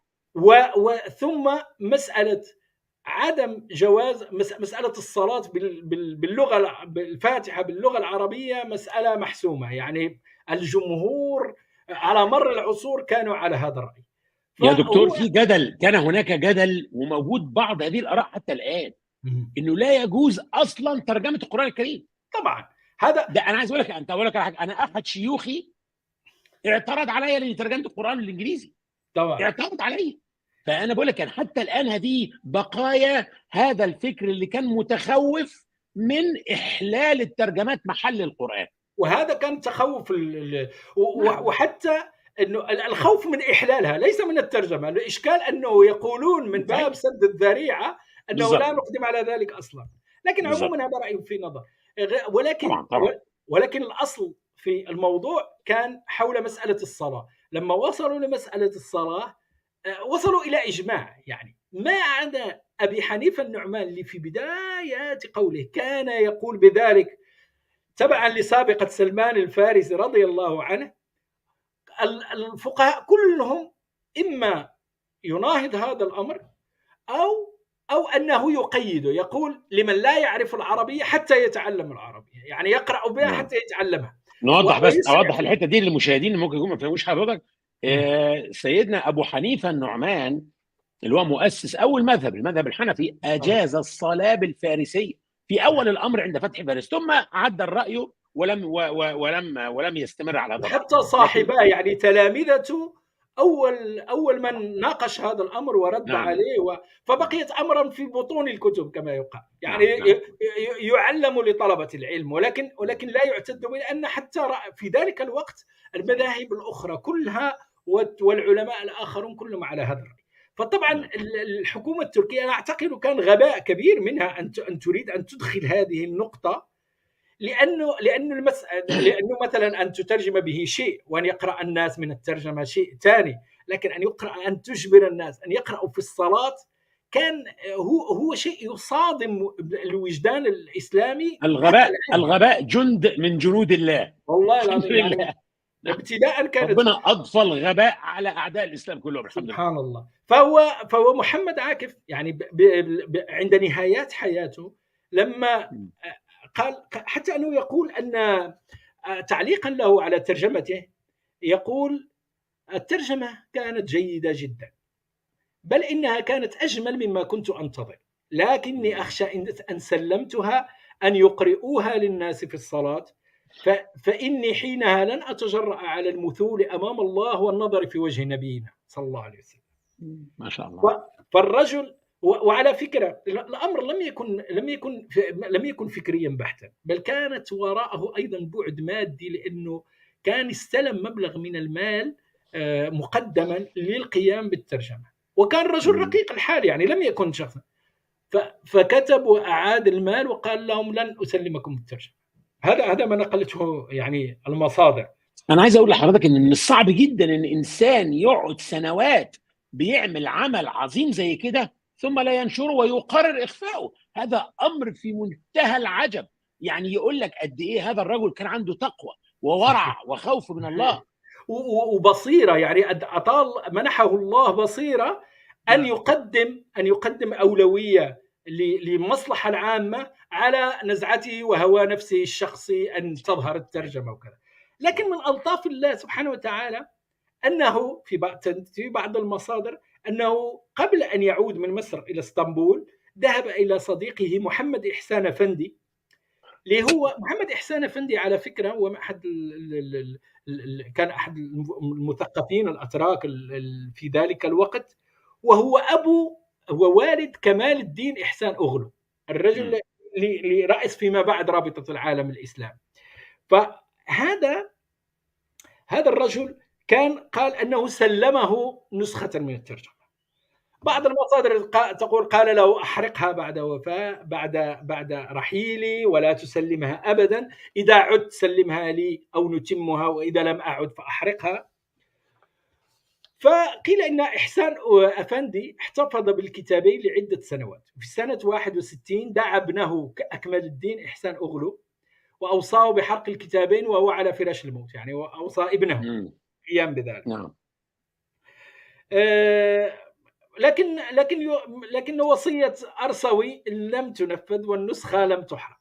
وثم مسألة عدم جواز مسألة الصلاة باللغة الفاتحة باللغة العربية مسألة محسومة، يعني الجمهور على مر العصور كانوا على هذا الرأي. يا دكتور، في جدل، كان هناك جدل وموجود بعض هذه الآراء حتى الآن إنه لا يجوز أصلا ترجمة القرآن الكريم. طبعا هذا ده أنا عايز أقول لك، أنت أقول لك أنا أحد شيوخي اعترض عليا لأني ترجمت القرآن الإنجليزي. طبعا اعترض عليا. فأنا بقول لك، يعني حتى الآن هذه بقايا هذا الفكر اللي كان متخوف من إحلال الترجمات محل القرآن. وهذا كان تخوف ال... وحتى انه الخوف من احلالها ليس من الترجمه، الاشكال انه يقولون من باب سد الذريعه انه بالزبط. لا نقدم على ذلك اصلا. لكن عموما هذا راي في نظر، ولكن طبعا طبعا. ولكن الاصل في الموضوع كان حول مساله الصلاه. لما وصلوا لمساله الصلاه وصلوا الى اجماع، يعني ما عدا ابي حنيفه النعمان اللي في بدايات قوله كان يقول بذلك تبعا لسابقه سلمان الفارسي رضي الله عنه. الفقهاء كلهم إما يناهض هذا الأمر أو أو أنه يقيده، يقول لمن لا يعرف العربية حتى يتعلم العربية، يعني يقرأ بها حتى يتعلمها. نوضح بس، أوضح الحتة دي للمشاهدين اللي ممكن يكونوا ما فهموش حضرتك. آه سيدنا أبو حنيفة النعمان اللي هو مؤسس أول مذهب، المذهب الحنفي، أجاز الصلاة بالفارسية في أول الأمر عند فتح فارس، ثم عدل رأيه ولم ولم ولم يستمر على هذا. حتى صاحباه يعني تلامذته اول اول من ناقش هذا الامر ورد نعم. عليه و... فبقيت امرا في بطون الكتب كما يقال، يعني نعم. نعم. يعلم لطلبه العلم، ولكن ولكن لا يعتد به، لان حتى في ذلك الوقت المذاهب الاخرى كلها والعلماء الاخرون كلهم على هذا الراي. فطبعا الحكومه التركيه انا اعتقد كان غباء كبير منها ان ان تريد ان تدخل هذه النقطه، لانه لانه المساله لانه مثلا ان تترجم به شيء وان يقرا الناس من الترجمه شيء ثاني، لكن ان يقرا ان تجبر الناس ان يقراوا في الصلاه كان هو هو شيء يصادم الوجدان الاسلامي. الغباء الغباء جند من جنود الله. والله الحمد العظيم يعني لله. ابتداء كانت ربنا اضفى الغباء على اعداء الاسلام كلهم. الحمد لله. سبحان الله. فهو فهو محمد عاكف يعني ب ب ب عند نهايات حياته لما قال، حتى انه يقول ان تعليقا له على ترجمته يقول: الترجمه كانت جيده جدا، بل انها كانت اجمل مما كنت انتظر، لكني اخشى ان سلمتها ان يقرئوها للناس في الصلاه، فاني حينها لن اتجرأ على المثول امام الله والنظر في وجه نبينا صلى الله عليه وسلم. ما شاء الله. فالرجل، وعلى فكره الامر لم يكن لم يكن لم يكن فكريا بحتا، بل كانت وراءه ايضا بعد مادي، لانه كان استلم مبلغ من المال مقدما للقيام بالترجمه، وكان رجل رقيق الحال يعني لم يكن شخصا، فكتب واعاد المال وقال لهم لن اسلمكم الترجمه. هذا هذا ما نقلته يعني المصادر. انا عايز اقول لحضرتك ان من الصعب جدا ان انسان يقعد سنوات بيعمل عمل عظيم زي كده ثم لا ينشره ويقرر اخفائه. هذا امر في منتهى العجب. يعني يقول لك قد ايه هذا الرجل كان عنده تقوى وورع وخوف من الله وبصيره، يعني اطال منحه الله بصيره ان يقدم ان يقدم اولويه للمصلحه العامه على نزعته وهوى نفسه الشخصي ان تظهر الترجمه وكذا. لكن من الطاف الله سبحانه وتعالى انه في بعض في بعض المصادر انه قبل ان يعود من مصر الى اسطنبول ذهب الى صديقه محمد إحسان أفندي، اللي هو محمد إحسان أفندي على فكره هو احد كان احد المثقفين الاتراك في ذلك الوقت، وهو ابو ووالد كمال الدين إحسان أغلو، الرجل اللي رأس فيما بعد رابطه العالم الاسلامي. فهذا هذا الرجل كان قال انه سلمه نسخه من الترجمه. بعض المصادر تقول قال له احرقها بعد وفاة بعد بعد رحيلي ولا تسلمها ابدا، اذا عدت سلمها لي او نتمها واذا لم اعد فاحرقها. فقيل ان إحسان أفندي احتفظ بالكتابين لعده سنوات. في سنه واحد وستين دعا ابنه اكمل الدين إحسان أغلو واوصاه بحرق الكتابين وهو على فراش الموت، يعني واوصى ابنه القيام بذلك. نعم. آه لكن لكن لكن وصيه أرسوي لم تنفذ والنسخه لم تحرق.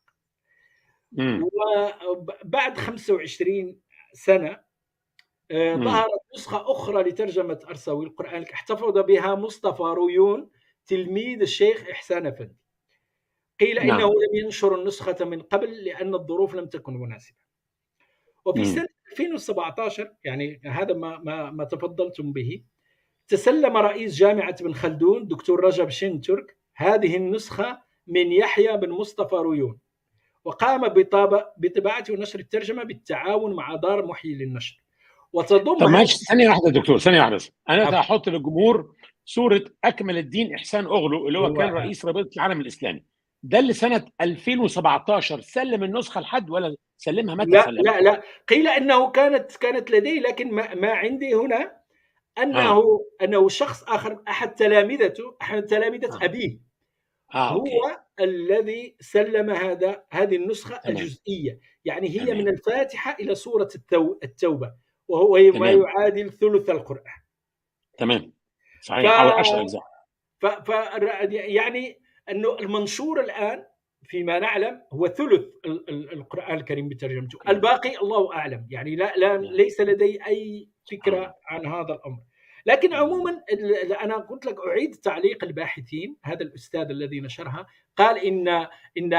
وبعد خمسة وعشرين سنه آه ظهرت نسخه اخرى لترجمه أرسوي القرآن، احتفظ بها مصطفى رويون تلميذ الشيخ إحسان أفندي. قيل نعم. انه لم ينشر النسخه من قبل لان الظروف لم تكن مناسبه. وفي مم. سنه ألفين وسبعة عشر يعني هذا ما ما ما تفضلتم به، تسلم رئيس جامعه ابن خلدون دكتور رجب شنترك هذه النسخه من يحيى بن مصطفى رويون، وقام بطباعه ونشر الترجمه بالتعاون مع دار محيي للنشر. وتضم طب ماشي ثانيه واحده دكتور، ثانيه واحده بس. انا هحط للجمهور صوره اكمل الدين إحسان أغلو اللي هو, هو كان رئيس رابطه العالم الاسلامي. ده اللي سنه ألفين وسبعة عشر سلم النسخه لحد ولا سلمها متى؟ لا سلمها؟ لا لا قيل انه كانت كانت لديه، لكن ما, ما عندي هنا انه آه. انه شخص اخر احد تلامذته احد تلامذه آه. ابيه آه. هو أوكي. الذي سلم هذا هذه النسخه تمام. الجزئيه، يعني هي تمام. من الفاتحه الى سوره التو... التوبه، وهو ما يعادل ثلث القرآن. تمام صحيح. ف... او عشر اجزاء. ف... ف... يعني انه المنشور الان فيما نعلم هو ثلث القرآن الكريم بترجمته، الباقي الله أعلم، يعني لا, لا ليس لدي أي فكرة عن هذا الأمر. لكن عموما أنا قلت لك أعيد تعليق الباحثين. هذا الأستاذ الذي نشرها قال إن إن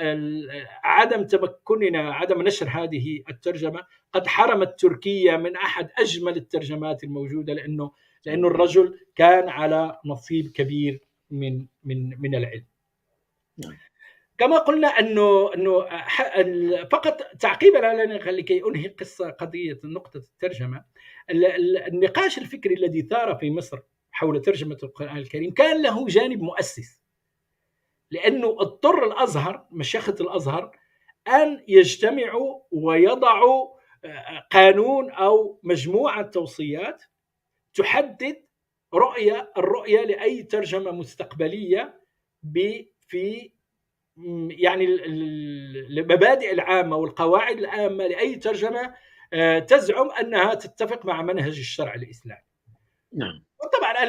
عدم تمكننا عدم نشر هذه الترجمة قد حرمت تركيا من أحد أجمل الترجمات الموجودة، لأنه لأنه الرجل كان على نصيب كبير من من من العلم. كما قلنا انه انه فقط تعقيبا على لكي انهي قصه قضيه نقطه الترجمه، النقاش الفكري الذي ثار في مصر حول ترجمه القرآن الكريم كان له جانب مؤسس، لانه اضطر الازهر مشيخه الازهر ان يجتمعوا ويضعوا قانون او مجموعه توصيات تحدد رؤية الرؤية لأي ترجمة مستقبلية في يعني المبادئ العامة والقواعد العامة لأي ترجمة تزعم أنها تتفق مع منهج الشرع الإسلامي. نعم. وطبعا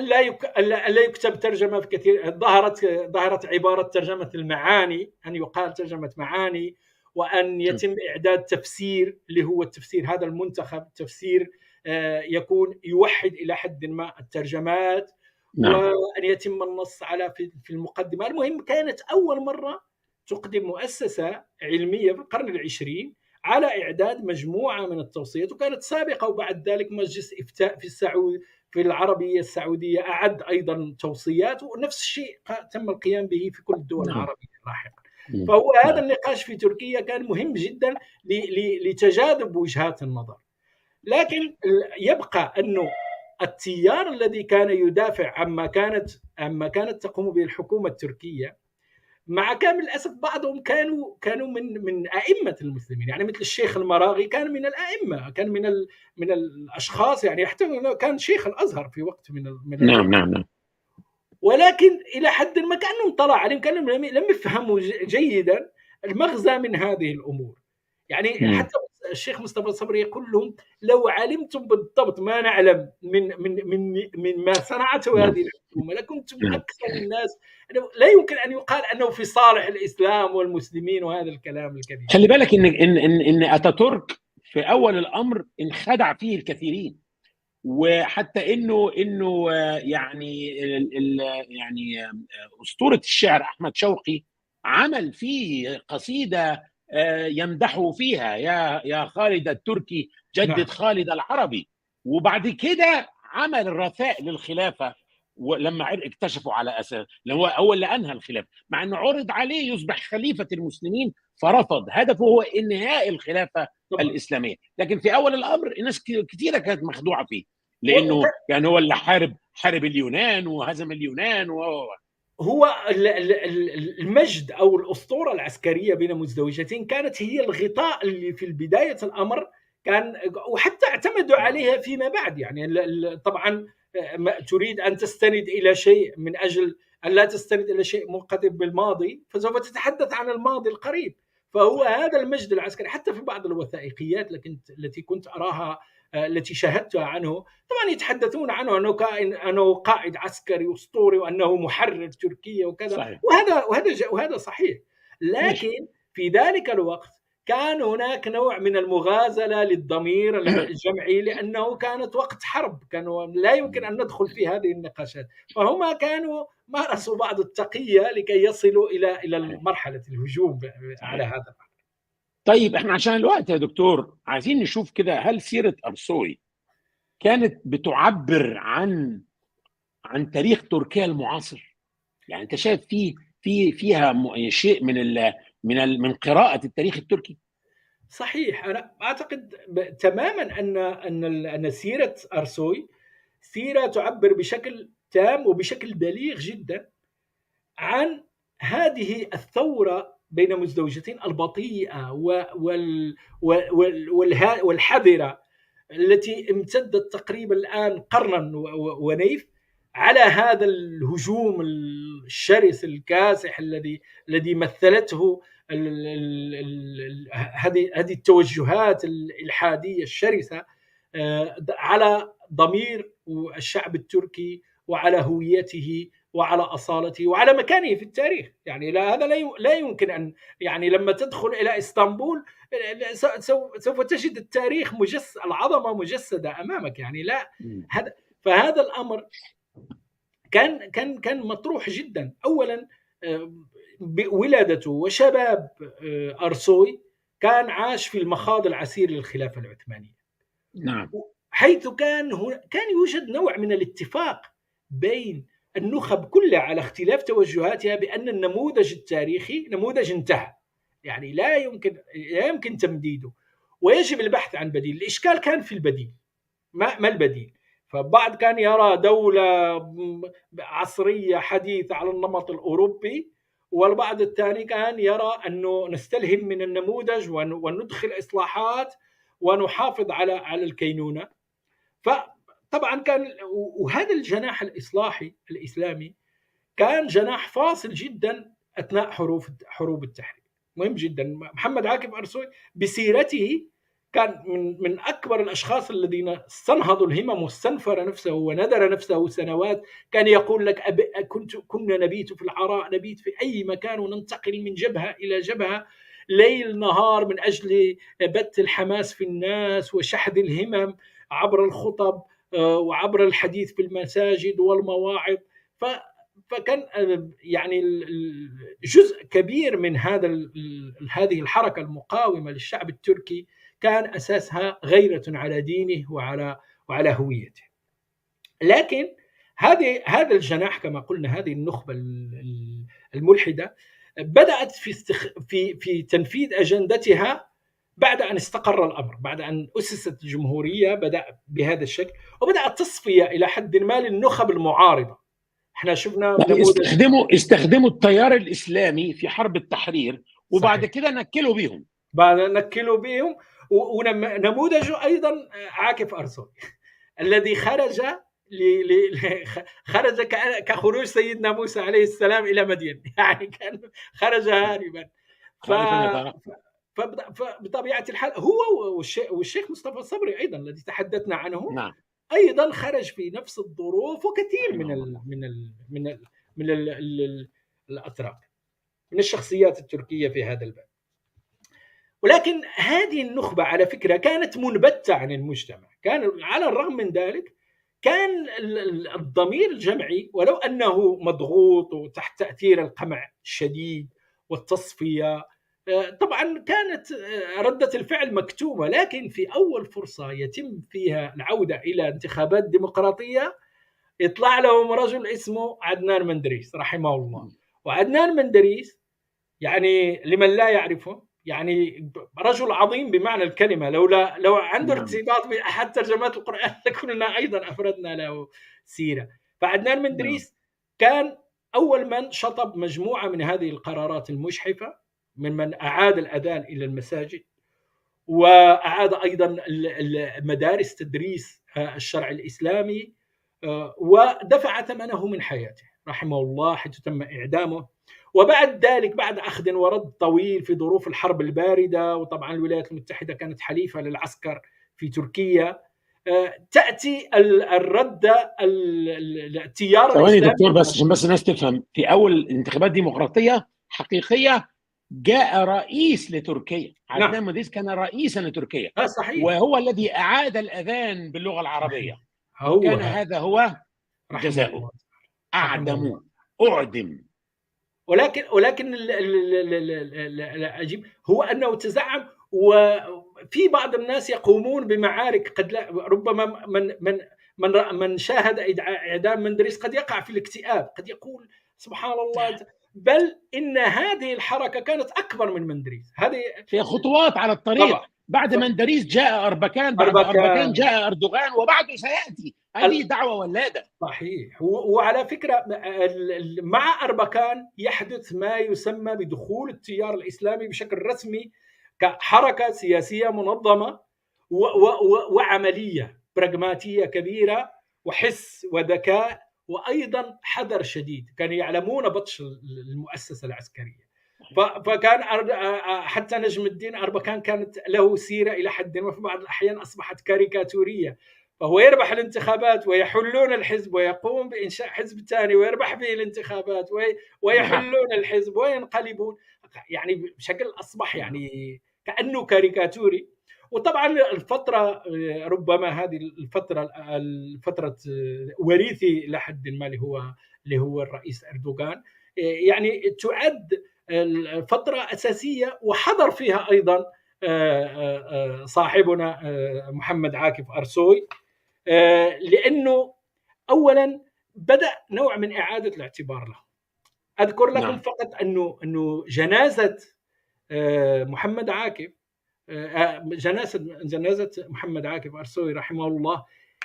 ألا لا يكتب ترجمة في كثير. ظهرت ظهرت عبارة ترجمة المعاني، أن يقال ترجمة معاني، وأن يتم إعداد تفسير اللي هو التفسير هذا المنتخب، تفسير يكون يوحد إلى حد ما الترجمات. نعم. وأن يتم النص على في المقدمة. المهم كانت أول مرة تقدم مؤسسة علمية في القرن العشرين على إعداد مجموعة من التوصيات، وكانت سابقة. وبعد ذلك مجلس إفتاء في السعود في العربية السعودية أعد أيضا توصيات، ونفس الشيء تم القيام به في كل الدول نعم. العربية لاحقا. فهو نعم. هذا النقاش في تركيا كان مهم جدا لتجاذب وجهات النظر. لكن يبقى أنه التيار الذي كان يدافع عما كانت عما كانت تقوم به الحكومة التركية، مع كامل الأسف بعضهم كانوا كانوا من من أئمة المسلمين، يعني مثل الشيخ المراغي كان من الأئمة، كان من ال من الأشخاص، يعني حتى كان شيخ الأزهر في وقت من من نعم نعم نعم. ولكن إلى حد ما كانوا انطلع عليهم، كانوا لم يفهموا جيدا المغزى من هذه الأمور. يعني م. حتى الشيخ مصطفى الصبري يقول لهم لو علمتم بالضبط ما نعلم من من من من ما صنعته هذه الحكومة لكنتم أكثر الناس. لا يمكن أن يقال أنه في صالح الإسلام والمسلمين وهذا الكلام الكبير. خلي بالك إن إن إن, إن أتاتورك في أول الأمر انخدع فيه الكثيرين، وحتى إنه إنه يعني ال ال يعني أسطورة الشعر أحمد شوقي عمل فيه قصيدة يمدحوا فيها يا يا خالد التركي جدد نعم. خالد العربي. وبعد كده عمل الرثاء للخلافه، ولما اكتشفوا على اساس هو هو اللي انهى الخلافه، مع انه عرض عليه يصبح خليفه المسلمين فرفض. هدفه هو انهاء الخلافه طبعا. الاسلاميه. لكن في اول الامر ناس كثيره كانت مخدوعه فيه، لانه يعني هو اللي حارب حارب اليونان وهزم اليونان و هو المجد أو الأسطورة العسكرية بين مزدوجتين كانت هي الغطاء اللي في بداية الأمر كان، وحتى اعتمدوا عليها فيما بعد. يعني طبعا تريد أن تستند إلى شيء من أجل أن لا تستند إلى شيء منقطع بالماضي، فسوف تتحدث عن الماضي القريب. فهو هذا المجد العسكري. حتى في بعض الوثائقيات التي كنت أراها التي شاهدتها عنه طبعا يتحدثون عنه أنه كائن أنه قائد عسكري أسطوري وأنه محرر تركيا وكذا صحيح. وهذا وهذا وهذا صحيح. لكن في ذلك الوقت كان هناك نوع من المغازلة للضمير الجمعي، لأنه كانت وقت حرب، كانوا لا يمكن أن ندخل في هذه النقاشات. فهم كانوا مارسوا بعض التقية لكي يصلوا إلى إلى مرحلة الهجوم على هذا الأمر. طيب احنا عشان الوقت يا دكتور عايزين نشوف كده، هل سيرة أرسوي كانت بتعبر عن عن تاريخ تركيا المعاصر؟ يعني انت شايف في في فيها شيء من ال من ال من قراءة التاريخ التركي؟ صحيح. انا اعتقد تماما ان ان ان سيرة أرسوي سيرة تعبر بشكل تام وبشكل بليغ جدا عن هذه الثورة بين مزدوجتين البطيئة والحذرة التي امتدت تقريبا الآن قرنا ونيف على هذا الهجوم الشرس الكاسح الذي الذي مثلته هذه هذه التوجهات الإلحادية الشرسة على ضمير الشعب التركي وعلى هويته وعلى أصالته وعلى مكانه في التاريخ. يعني لا هذا لا يمكن أن يعني لما تدخل إلى إسطنبول سوف تجد التاريخ مجسد، العظمة مجسدة أمامك. يعني لا هذا فهذا الأمر كان كان كان مطروح جدا. أولا بولادته وشباب أرسوي كان عاش في المخاض العسير للخلافة العثمانية. نعم. حيث كان هنا كان يوجد نوع من الاتفاق بين النخب كلها على اختلاف توجهاتها بأن النموذج التاريخي نموذج انتهى، يعني لا يمكن لا يمكن تمديده ويجب البحث عن بديل. الإشكال كان في البديل. ما ما البديل؟ فبعض كان يرى دولة عصرية حديثة على النمط الأوروبي، والبعض الثاني كان يرى أنه نستلهم من النموذج وندخل إصلاحات ونحافظ على على الكينونة. فطبعا طبعا كان، وهذا الجناح الإصلاحي الإسلامي كان جناح فاصل جدا أثناء حروب حروب التحرير، مهم جدا. محمد عاكف أرسوي بسيرته كان من من أكبر الأشخاص الذين استنهضوا الهمم واستنفر نفسه ونذر نفسه سنوات. كان يقول لك أب... كنت كنا نبيت في العراء، نبيت في أي مكان وننتقل من جبهة إلى جبهة ليل نهار من أجل بث الحماس في الناس وشحذ الهمم عبر الخطب وعبر الحديث في المساجد والمواعظ. ف فكان يعني جزء كبير من هذا هذه الحركة المقاومة للشعب التركي كان أساسها غيرة على دينه وعلى وعلى هويته. لكن هذه هذا الجناح كما قلنا، هذه النخبة الملحدة بدأت في استخ... في في تنفيذ أجندتها بعد أن استقر الأمر، بعد أن أسست الجمهورية بدأ بهذا الشكل، وبدأت تصفية إلى حد ما للنخب المعارضة. احنا شفنا استخدموا استخدموا التيار الإسلامي في حرب التحرير، وبعد صحيح. كده نكلوا بيهم بعد نكلوا بيهم. ونموذجه أيضا عاكف أرسوي الذي خرج ل... ل... خرج كخروج سيدنا موسى عليه السلام إلى مدين، يعني كان خرج هاربا. ف... فبطبيعة الحال هو والشيخ مصطفى الصبري أيضا الذي تحدثنا عنه نعم. ايضا خرج في نفس الظروف، وكثير من ال من ال من ال من ال ال الاتراك من الشخصيات التركيه في هذا الباب. ولكن هذه النخبه على فكره كانت منبتة عن المجتمع، كان على الرغم من ذلك كان الضمير الجمعي ولو انه مضغوط وتحت تاثير القمع الشديد والتصفيه، طبعا كانت ردة الفعل مكتومة، لكن في أول فرصة يتم فيها العودة إلى انتخابات ديمقراطية يطلع لهم رجل اسمه عدنان مندريس رحمه الله. وعدنان مندريس يعني لمن لا يعرفه يعني رجل عظيم بمعنى الكلمة، لولا لو عنده ارتباط بأحد ترجمات القرآن لكنا أيضا أفردنا له سيرة. فعدنان مندريس كان أول من شطب مجموعة من هذه القرارات المجحفة، من من أعاد الأذان إلى المساجد، وأعاد أيضا مدارس تدريس الشرع الإسلامي، ودفع ثمنه من حياته رحمه الله حيث تم إعدامه. وبعد ذلك بعد أخذ ورد طويل في ظروف الحرب الباردة، وطبعا الولايات المتحدة كانت حليفة للعسكر في تركيا، تأتي الردة التيار الإسلامي. دكتور بس عشان بس الناس تفهم، في أول انتخابات ديمقراطية حقيقية جاء رئيس لتركيا، عدنان مندريس كان رئيسا لتركيا، آه صحيح. وهو الذي أعاد الأذان باللغة العربية، هو كان هذا هو جزاؤه، أعدموه أعدم. ولكن ولكن العجيب هو أنه تزعم، وفي بعض الناس يقومون بمعارك قد لا، ربما من من من من شاهد إعدام مندريس قد يقع في الاكتئاب، قد يقول سبحان الله، بل إن هذه الحركة كانت أكبر من مندريس، هذه في خطوات على الطريق. طبعا. بعد مندريس جاء أربكان، بعد أربكان, أربكان جاء أردوغان، وبعده سيأتي. هذه دعوة ولادة. صحيح. وعلى فكرة مع أربكان يحدث ما يسمى بدخول التيار الإسلامي بشكل رسمي كحركة سياسية منظمة وعملية براغماتية كبيرة وحس وذكاء وأيضا حذر شديد. كانوا يعلمون بطش المؤسسة العسكرية. فكان حتى نجم الدين أربكان كانت له سيرة إلى حد وفي بعض الأحيان أصبحت كاريكاتورية، فهو يربح الانتخابات ويحلون الحزب ويقوم بإنشاء حزب ثاني ويربح به الانتخابات ويحلون الحزب وينقلبون، يعني بشكل أصبح يعني كأنه كاريكاتوري. وطبعا الفترة ربما هذه الفترة الفترة وريثي إلى حد ما اللي هو اللي هو الرئيس أردوغان يعني تعد فترة أساسية، وحضر فيها أيضا صاحبنا محمد عاكف أرسوي، لأنه أولا بدأ نوع من إعادة الاعتبار له. أذكر لكم نعم. فقط أنه أنه جنازة محمد عاكف جنازة جنازة محمد عاكف أرسوي رحمه الله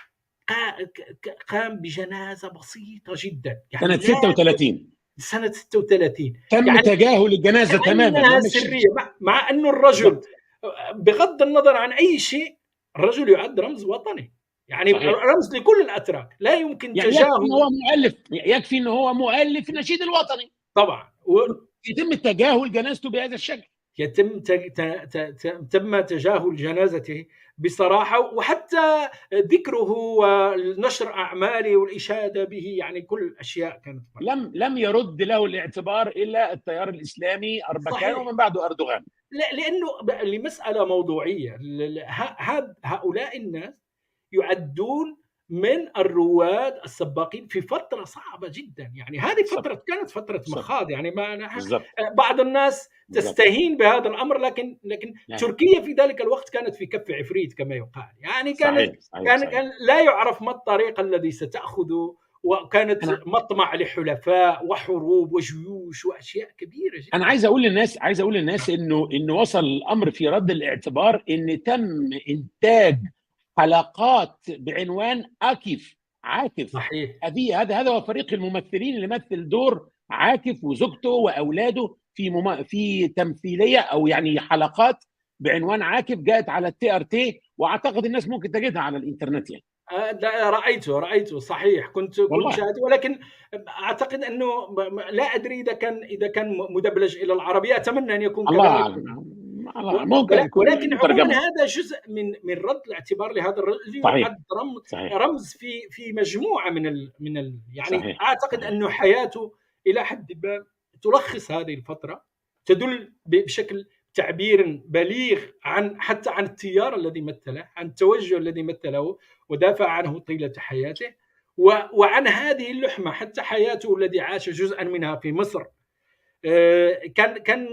قام بجنازة بسيطة جدا، يعني سنة ستة وثلاثين سنة ستة وثلاثين تم يعني تجاهل الجنازة تماما سرية، مع, مع أنه الرجل بغض النظر عن أي شيء الرجل يعد رمز وطني، يعني صحيح. رمز لكل الأتراك، لا يمكن يعني يكفي ان هو تجاهله. مؤلف، يكفي ان هو مؤلف النشيد الوطني، طبعا يتم تجاهل جنازته بهذا الشكل. يتم تم تجاهل جنازته بصراحة، وحتى ذكره ونشر أعماله والإشادة به، يعني كل الأشياء كانت مرة. لم لم يرد له الاعتبار الا التيار الاسلامي اربكان صحيح. ومن بعده اردوغان. لا، لأنه لمسألة موضوعية، هؤلاء الناس يعدون من الرواد السباقين في فترة صعبة جدا. يعني هذه فترة كانت فترة مخاض، يعني ما بعض الناس تستهين بهذا الأمر، لكن لكن يعني. تركيا في ذلك الوقت كانت في كف عفريت كما يقال، يعني كانت صحيح. صحيح. كان صحيح. كان لا يعرف ما الطريق الذي ستأخذه، وكانت أنا مطمع لحلفاء وحروب وجيوش واشياء كبيره جدا. انا عايز اقول للناس عايز اقول للناس انه انه وصل الامر في رد الاعتبار ان تم انتاج حلقات بعنوان عاكف عاكف. صحيح. هذه هذا هذا هو فريق الممثلين اللي مثل دور عاكف وزوجته واولاده في مم... في تمثيليه او يعني حلقات بعنوان عاكف، جاءت على التي ار تي، واعتقد الناس ممكن تجدها على الانترنت يعني. رأيته رأيته صحيح، كنت كنت شاهد، ولكن أعتقد أنه لا أدري إذا كان إذا كان مدبلج إلى العربية، أتمنى أن يكون كذلك. ممكن ولكن عموما هذا جزء من من رد الاعتبار لهذا الرجل، يعد رمز صحيح. رمز في في مجموعة من ال من ال يعني صحيح. أعتقد صحيح. أنه حياته إلى حد ما تلخص هذه الفترة، تدل بشكل تعبير بليغ عن حتى عن التيار الذي مثله، عن التوجه الذي مثله ودافع عنه طيلة حياته، وعن هذه اللحمة حتى حياته الذي عاش جزءا منها في مصر. كان كان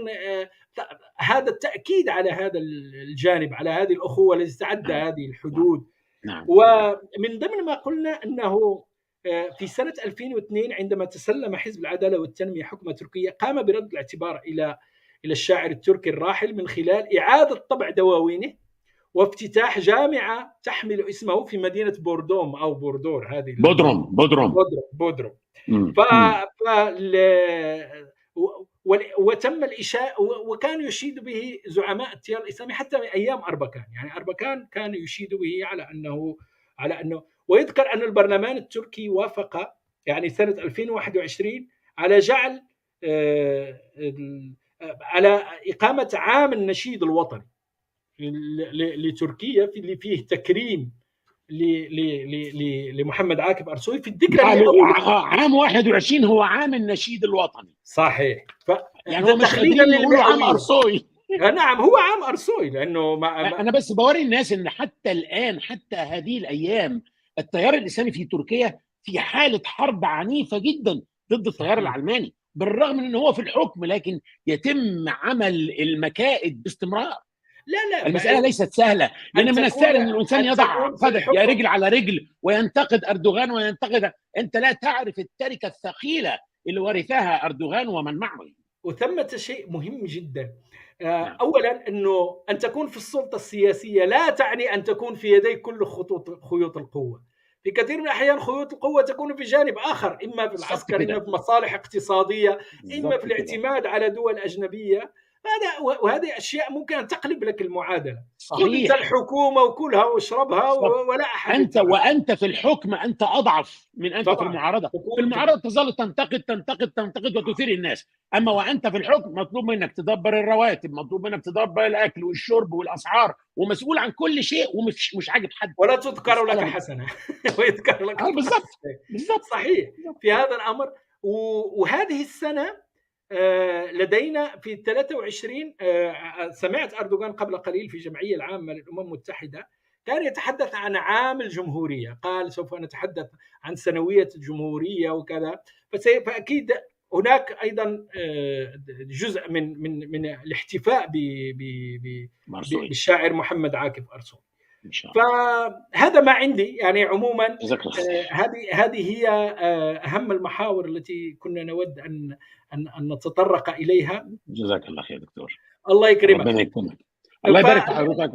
هذا التأكيد على هذا الجانب، على هذه الأخوة التي تعدى هذه الحدود. ومن ضمن ما قلنا أنه في سنة ألفين واثنين عندما تسلم حزب العدالة والتنمية حكم تركيا، قام برد الاعتبار إلى إلى الشاعر التركي الراحل من خلال إعادة طبع دواوينه وافتتاح جامعة تحمل اسمه في مدينة بوردوم أو بوردور، هذه بودروم بودروم بودروم, بودروم. ف... ف... وتم الإشاء، وكان يشيد به زعماء التيار الإسلامي حتى من أيام أربكان. يعني أربكان كان يشيد به على أنه على أنه ويذكر أن البرلمان التركي وافق يعني سنة ألفين وواحد وعشرين على جعل على إقامة عام النشيد الوطني لتركيا، في اللي فيه تكريم لمحمد عاكف أرسوي في الذكرى عام واحد وعشرين هو عام النشيد الوطني. صحيح. ف... يعني هو مش قادرين يقولوا عام أرسوي. نعم هو عام أرسوي، لأنه ما... أنا بس بوري الناس إن حتى الآن، حتى هذه الأيام، التيار الإسلامي في تركيا في حالة حرب عنيفة جدا ضد التيار العلماني، بالرغم من أنه هو في الحكم، لكن يتم عمل المكائد باستمرار. لا لا المسألة ليست سهلة، لأن من السهل أن الإنسان يضع قدم يا رجل على رجل وينتقد أردوغان وينتقد، أنت لا تعرف التركة الثقيلة اللي ورثها أردوغان ومن معه. وثمة شيء مهم جدا، أولا أنه أن تكون في السلطة السياسية لا تعني أن تكون في يديك كل خطوط خيوط القوة. في كثير من الأحيان خيوط القوة تكون في جانب آخر، إما في العسكر، إما في مصالح اقتصادية، إما في الاعتماد على دول أجنبية. هذا وهذه أشياء ممكن أن تقلب لك المعادلة. خذ أنت الحكومة وكلها واشربها ولا أحد أنت يتعرف. وأنت في الحكم أنت أضعف من أنت في المعارضة. في المعارضة تظل تنتقد تنتقد تنتقد وتثير الناس، أما وأنت في الحكم مطلوب منك تدبر الرواتب، مطلوب منك تدبر الأكل والشرب والأسعار، ومسؤول عن كل شيء، ومش مش عاجب حد، ولا تذكر لك حسنة ويذكر لك آه بالضبط بالضبط صحيح في هذا الأمر. وهذه السنة لدينا في ثلاثة وعشرين سمعت أردوغان قبل قليل في الجمعية العامة للأمم المتحدة كان يتحدث عن عام الجمهورية، قال سوف نتحدث عن سنوية الجمهورية وكذا. فأكيد هناك أيضا جزء من من من الاحتفاء بالشاعر محمد عاكف أرسوي. فهذا ما عندي يعني عموما. هذه هذه هي أهم المحاور التي كنا نود أن أن أن نتطرق إليها. جزاك الله خير دكتور. الله يكرمك. ربنا يكرمك. الله يبارك في حضرتك.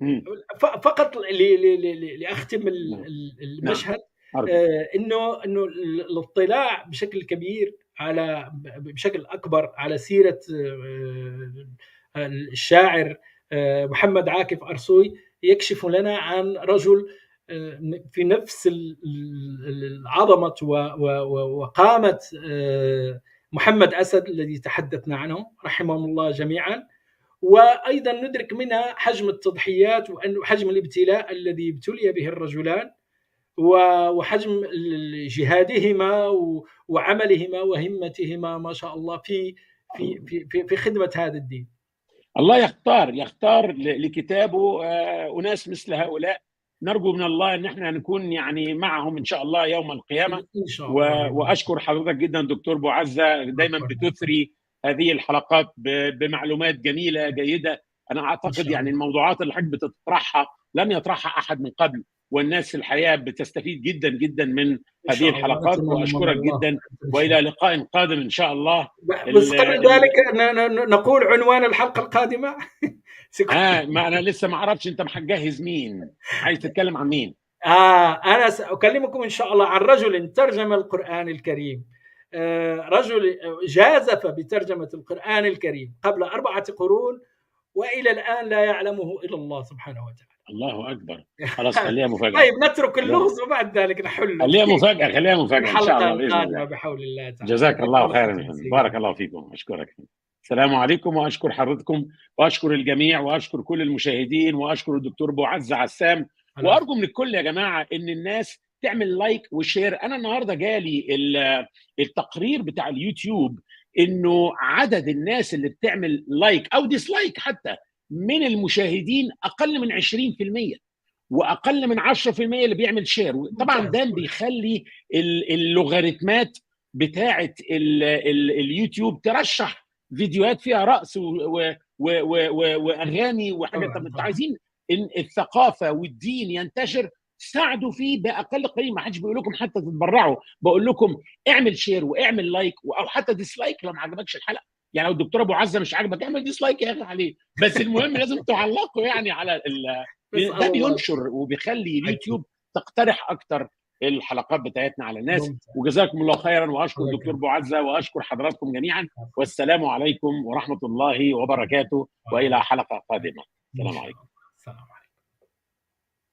فقط لأختم المشهد، إنه إنه الاطلاع بشكل كبير على بشكل أكبر على سيرة الشاعر محمد عاكف أرسوي يكشف لنا عن رجل في نفس العظمة وقامة محمد أسد الذي تحدثنا عنهم رحمهم الله جميعا. وأيضا ندرك منها حجم التضحيات وحجم الابتلاء الذي ابتلي به الرجلان وحجم جهادهما وعملهما وهمتهما ما شاء الله في في في في خدمة هذا الدين. الله يختار يختار لكتابه أناس مثل هؤلاء، نرجو من الله ان احنا نكون يعني معهم ان شاء الله يوم القيامه. إن شاء الله. واشكر حضرتك جدا دكتور بوعزة، دايما بتثري هذه الحلقات بمعلومات جميله جيده. انا اعتقد يعني الموضوعات اللي حضرتك بتطرحها لم يطرحها احد من قبل، والناس في الحياه بتستفيد جدا جدا من هذه الحلقات. واشكرك جدا، والى لقاء قادم ان شاء الله. بس قبل ذلك نقول عنوان الحلقه القادمه. اه ما انا لسه ما اعرفش انت محجهز مين، عايز تتكلم عن مين؟ اه انا ساكلمكم ان شاء الله عن رجل ترجم القران الكريم، آه رجل جازف بترجمه القران الكريم قبل اربعه قرون والى الان لا يعلمه الا الله سبحانه وتعالى. الله اكبر. خلاص خليها مفاجاه. طيب نترك اللغز وبعد ذلك نحله. خليها مفاجاه خليها مفاجاه ان شاء الله باذن الله بحول الله تعالى. جزاك الله خيرا، بارك الله فيكم. اشكرك. السلام عليكم، واشكر حضرتكم واشكر الجميع واشكر كل المشاهدين واشكر الدكتور بوعزة عسام. وارجو من الكل يا جماعه ان الناس تعمل لايك وشير. انا النهارده جالي التقرير بتاع اليوتيوب انه عدد الناس اللي بتعمل لايك او ديسلايك حتى من المشاهدين اقل من عشرين في المية واقل من عشرة في المية اللي بيعمل شير. طبعا ده بيخلي اللوغاريتمات بتاعه اليوتيوب ترشح فيديوهات فيها رقص واغاني وحاجات. طب انتوا عايزين ان الثقافه والدين ينتشر، ساعدوا فيه باقل قليل. ما حدش بيقول لكم حتى تتبرعوا، بقول لكم اعمل شير واعمل لايك او حتى ديسلايك لو ما عجبكش الحلقه. يعني لو الدكتور ابو عزة مش عاجبك اعمل ديسلايك يا اخي عليه، بس المهم لازم تعلقوا يعني على ال... ده بينشر وبيخلي اليوتيوب تقترح اكتر الحلقات بتاعتنا على الناس. وجزاكم الله خيرا، واشكر الدكتور بوعزة واشكر حضراتكم جميعا، والسلام عليكم ورحمه الله وبركاته، والى حلقه قادمه. السلام عليكم.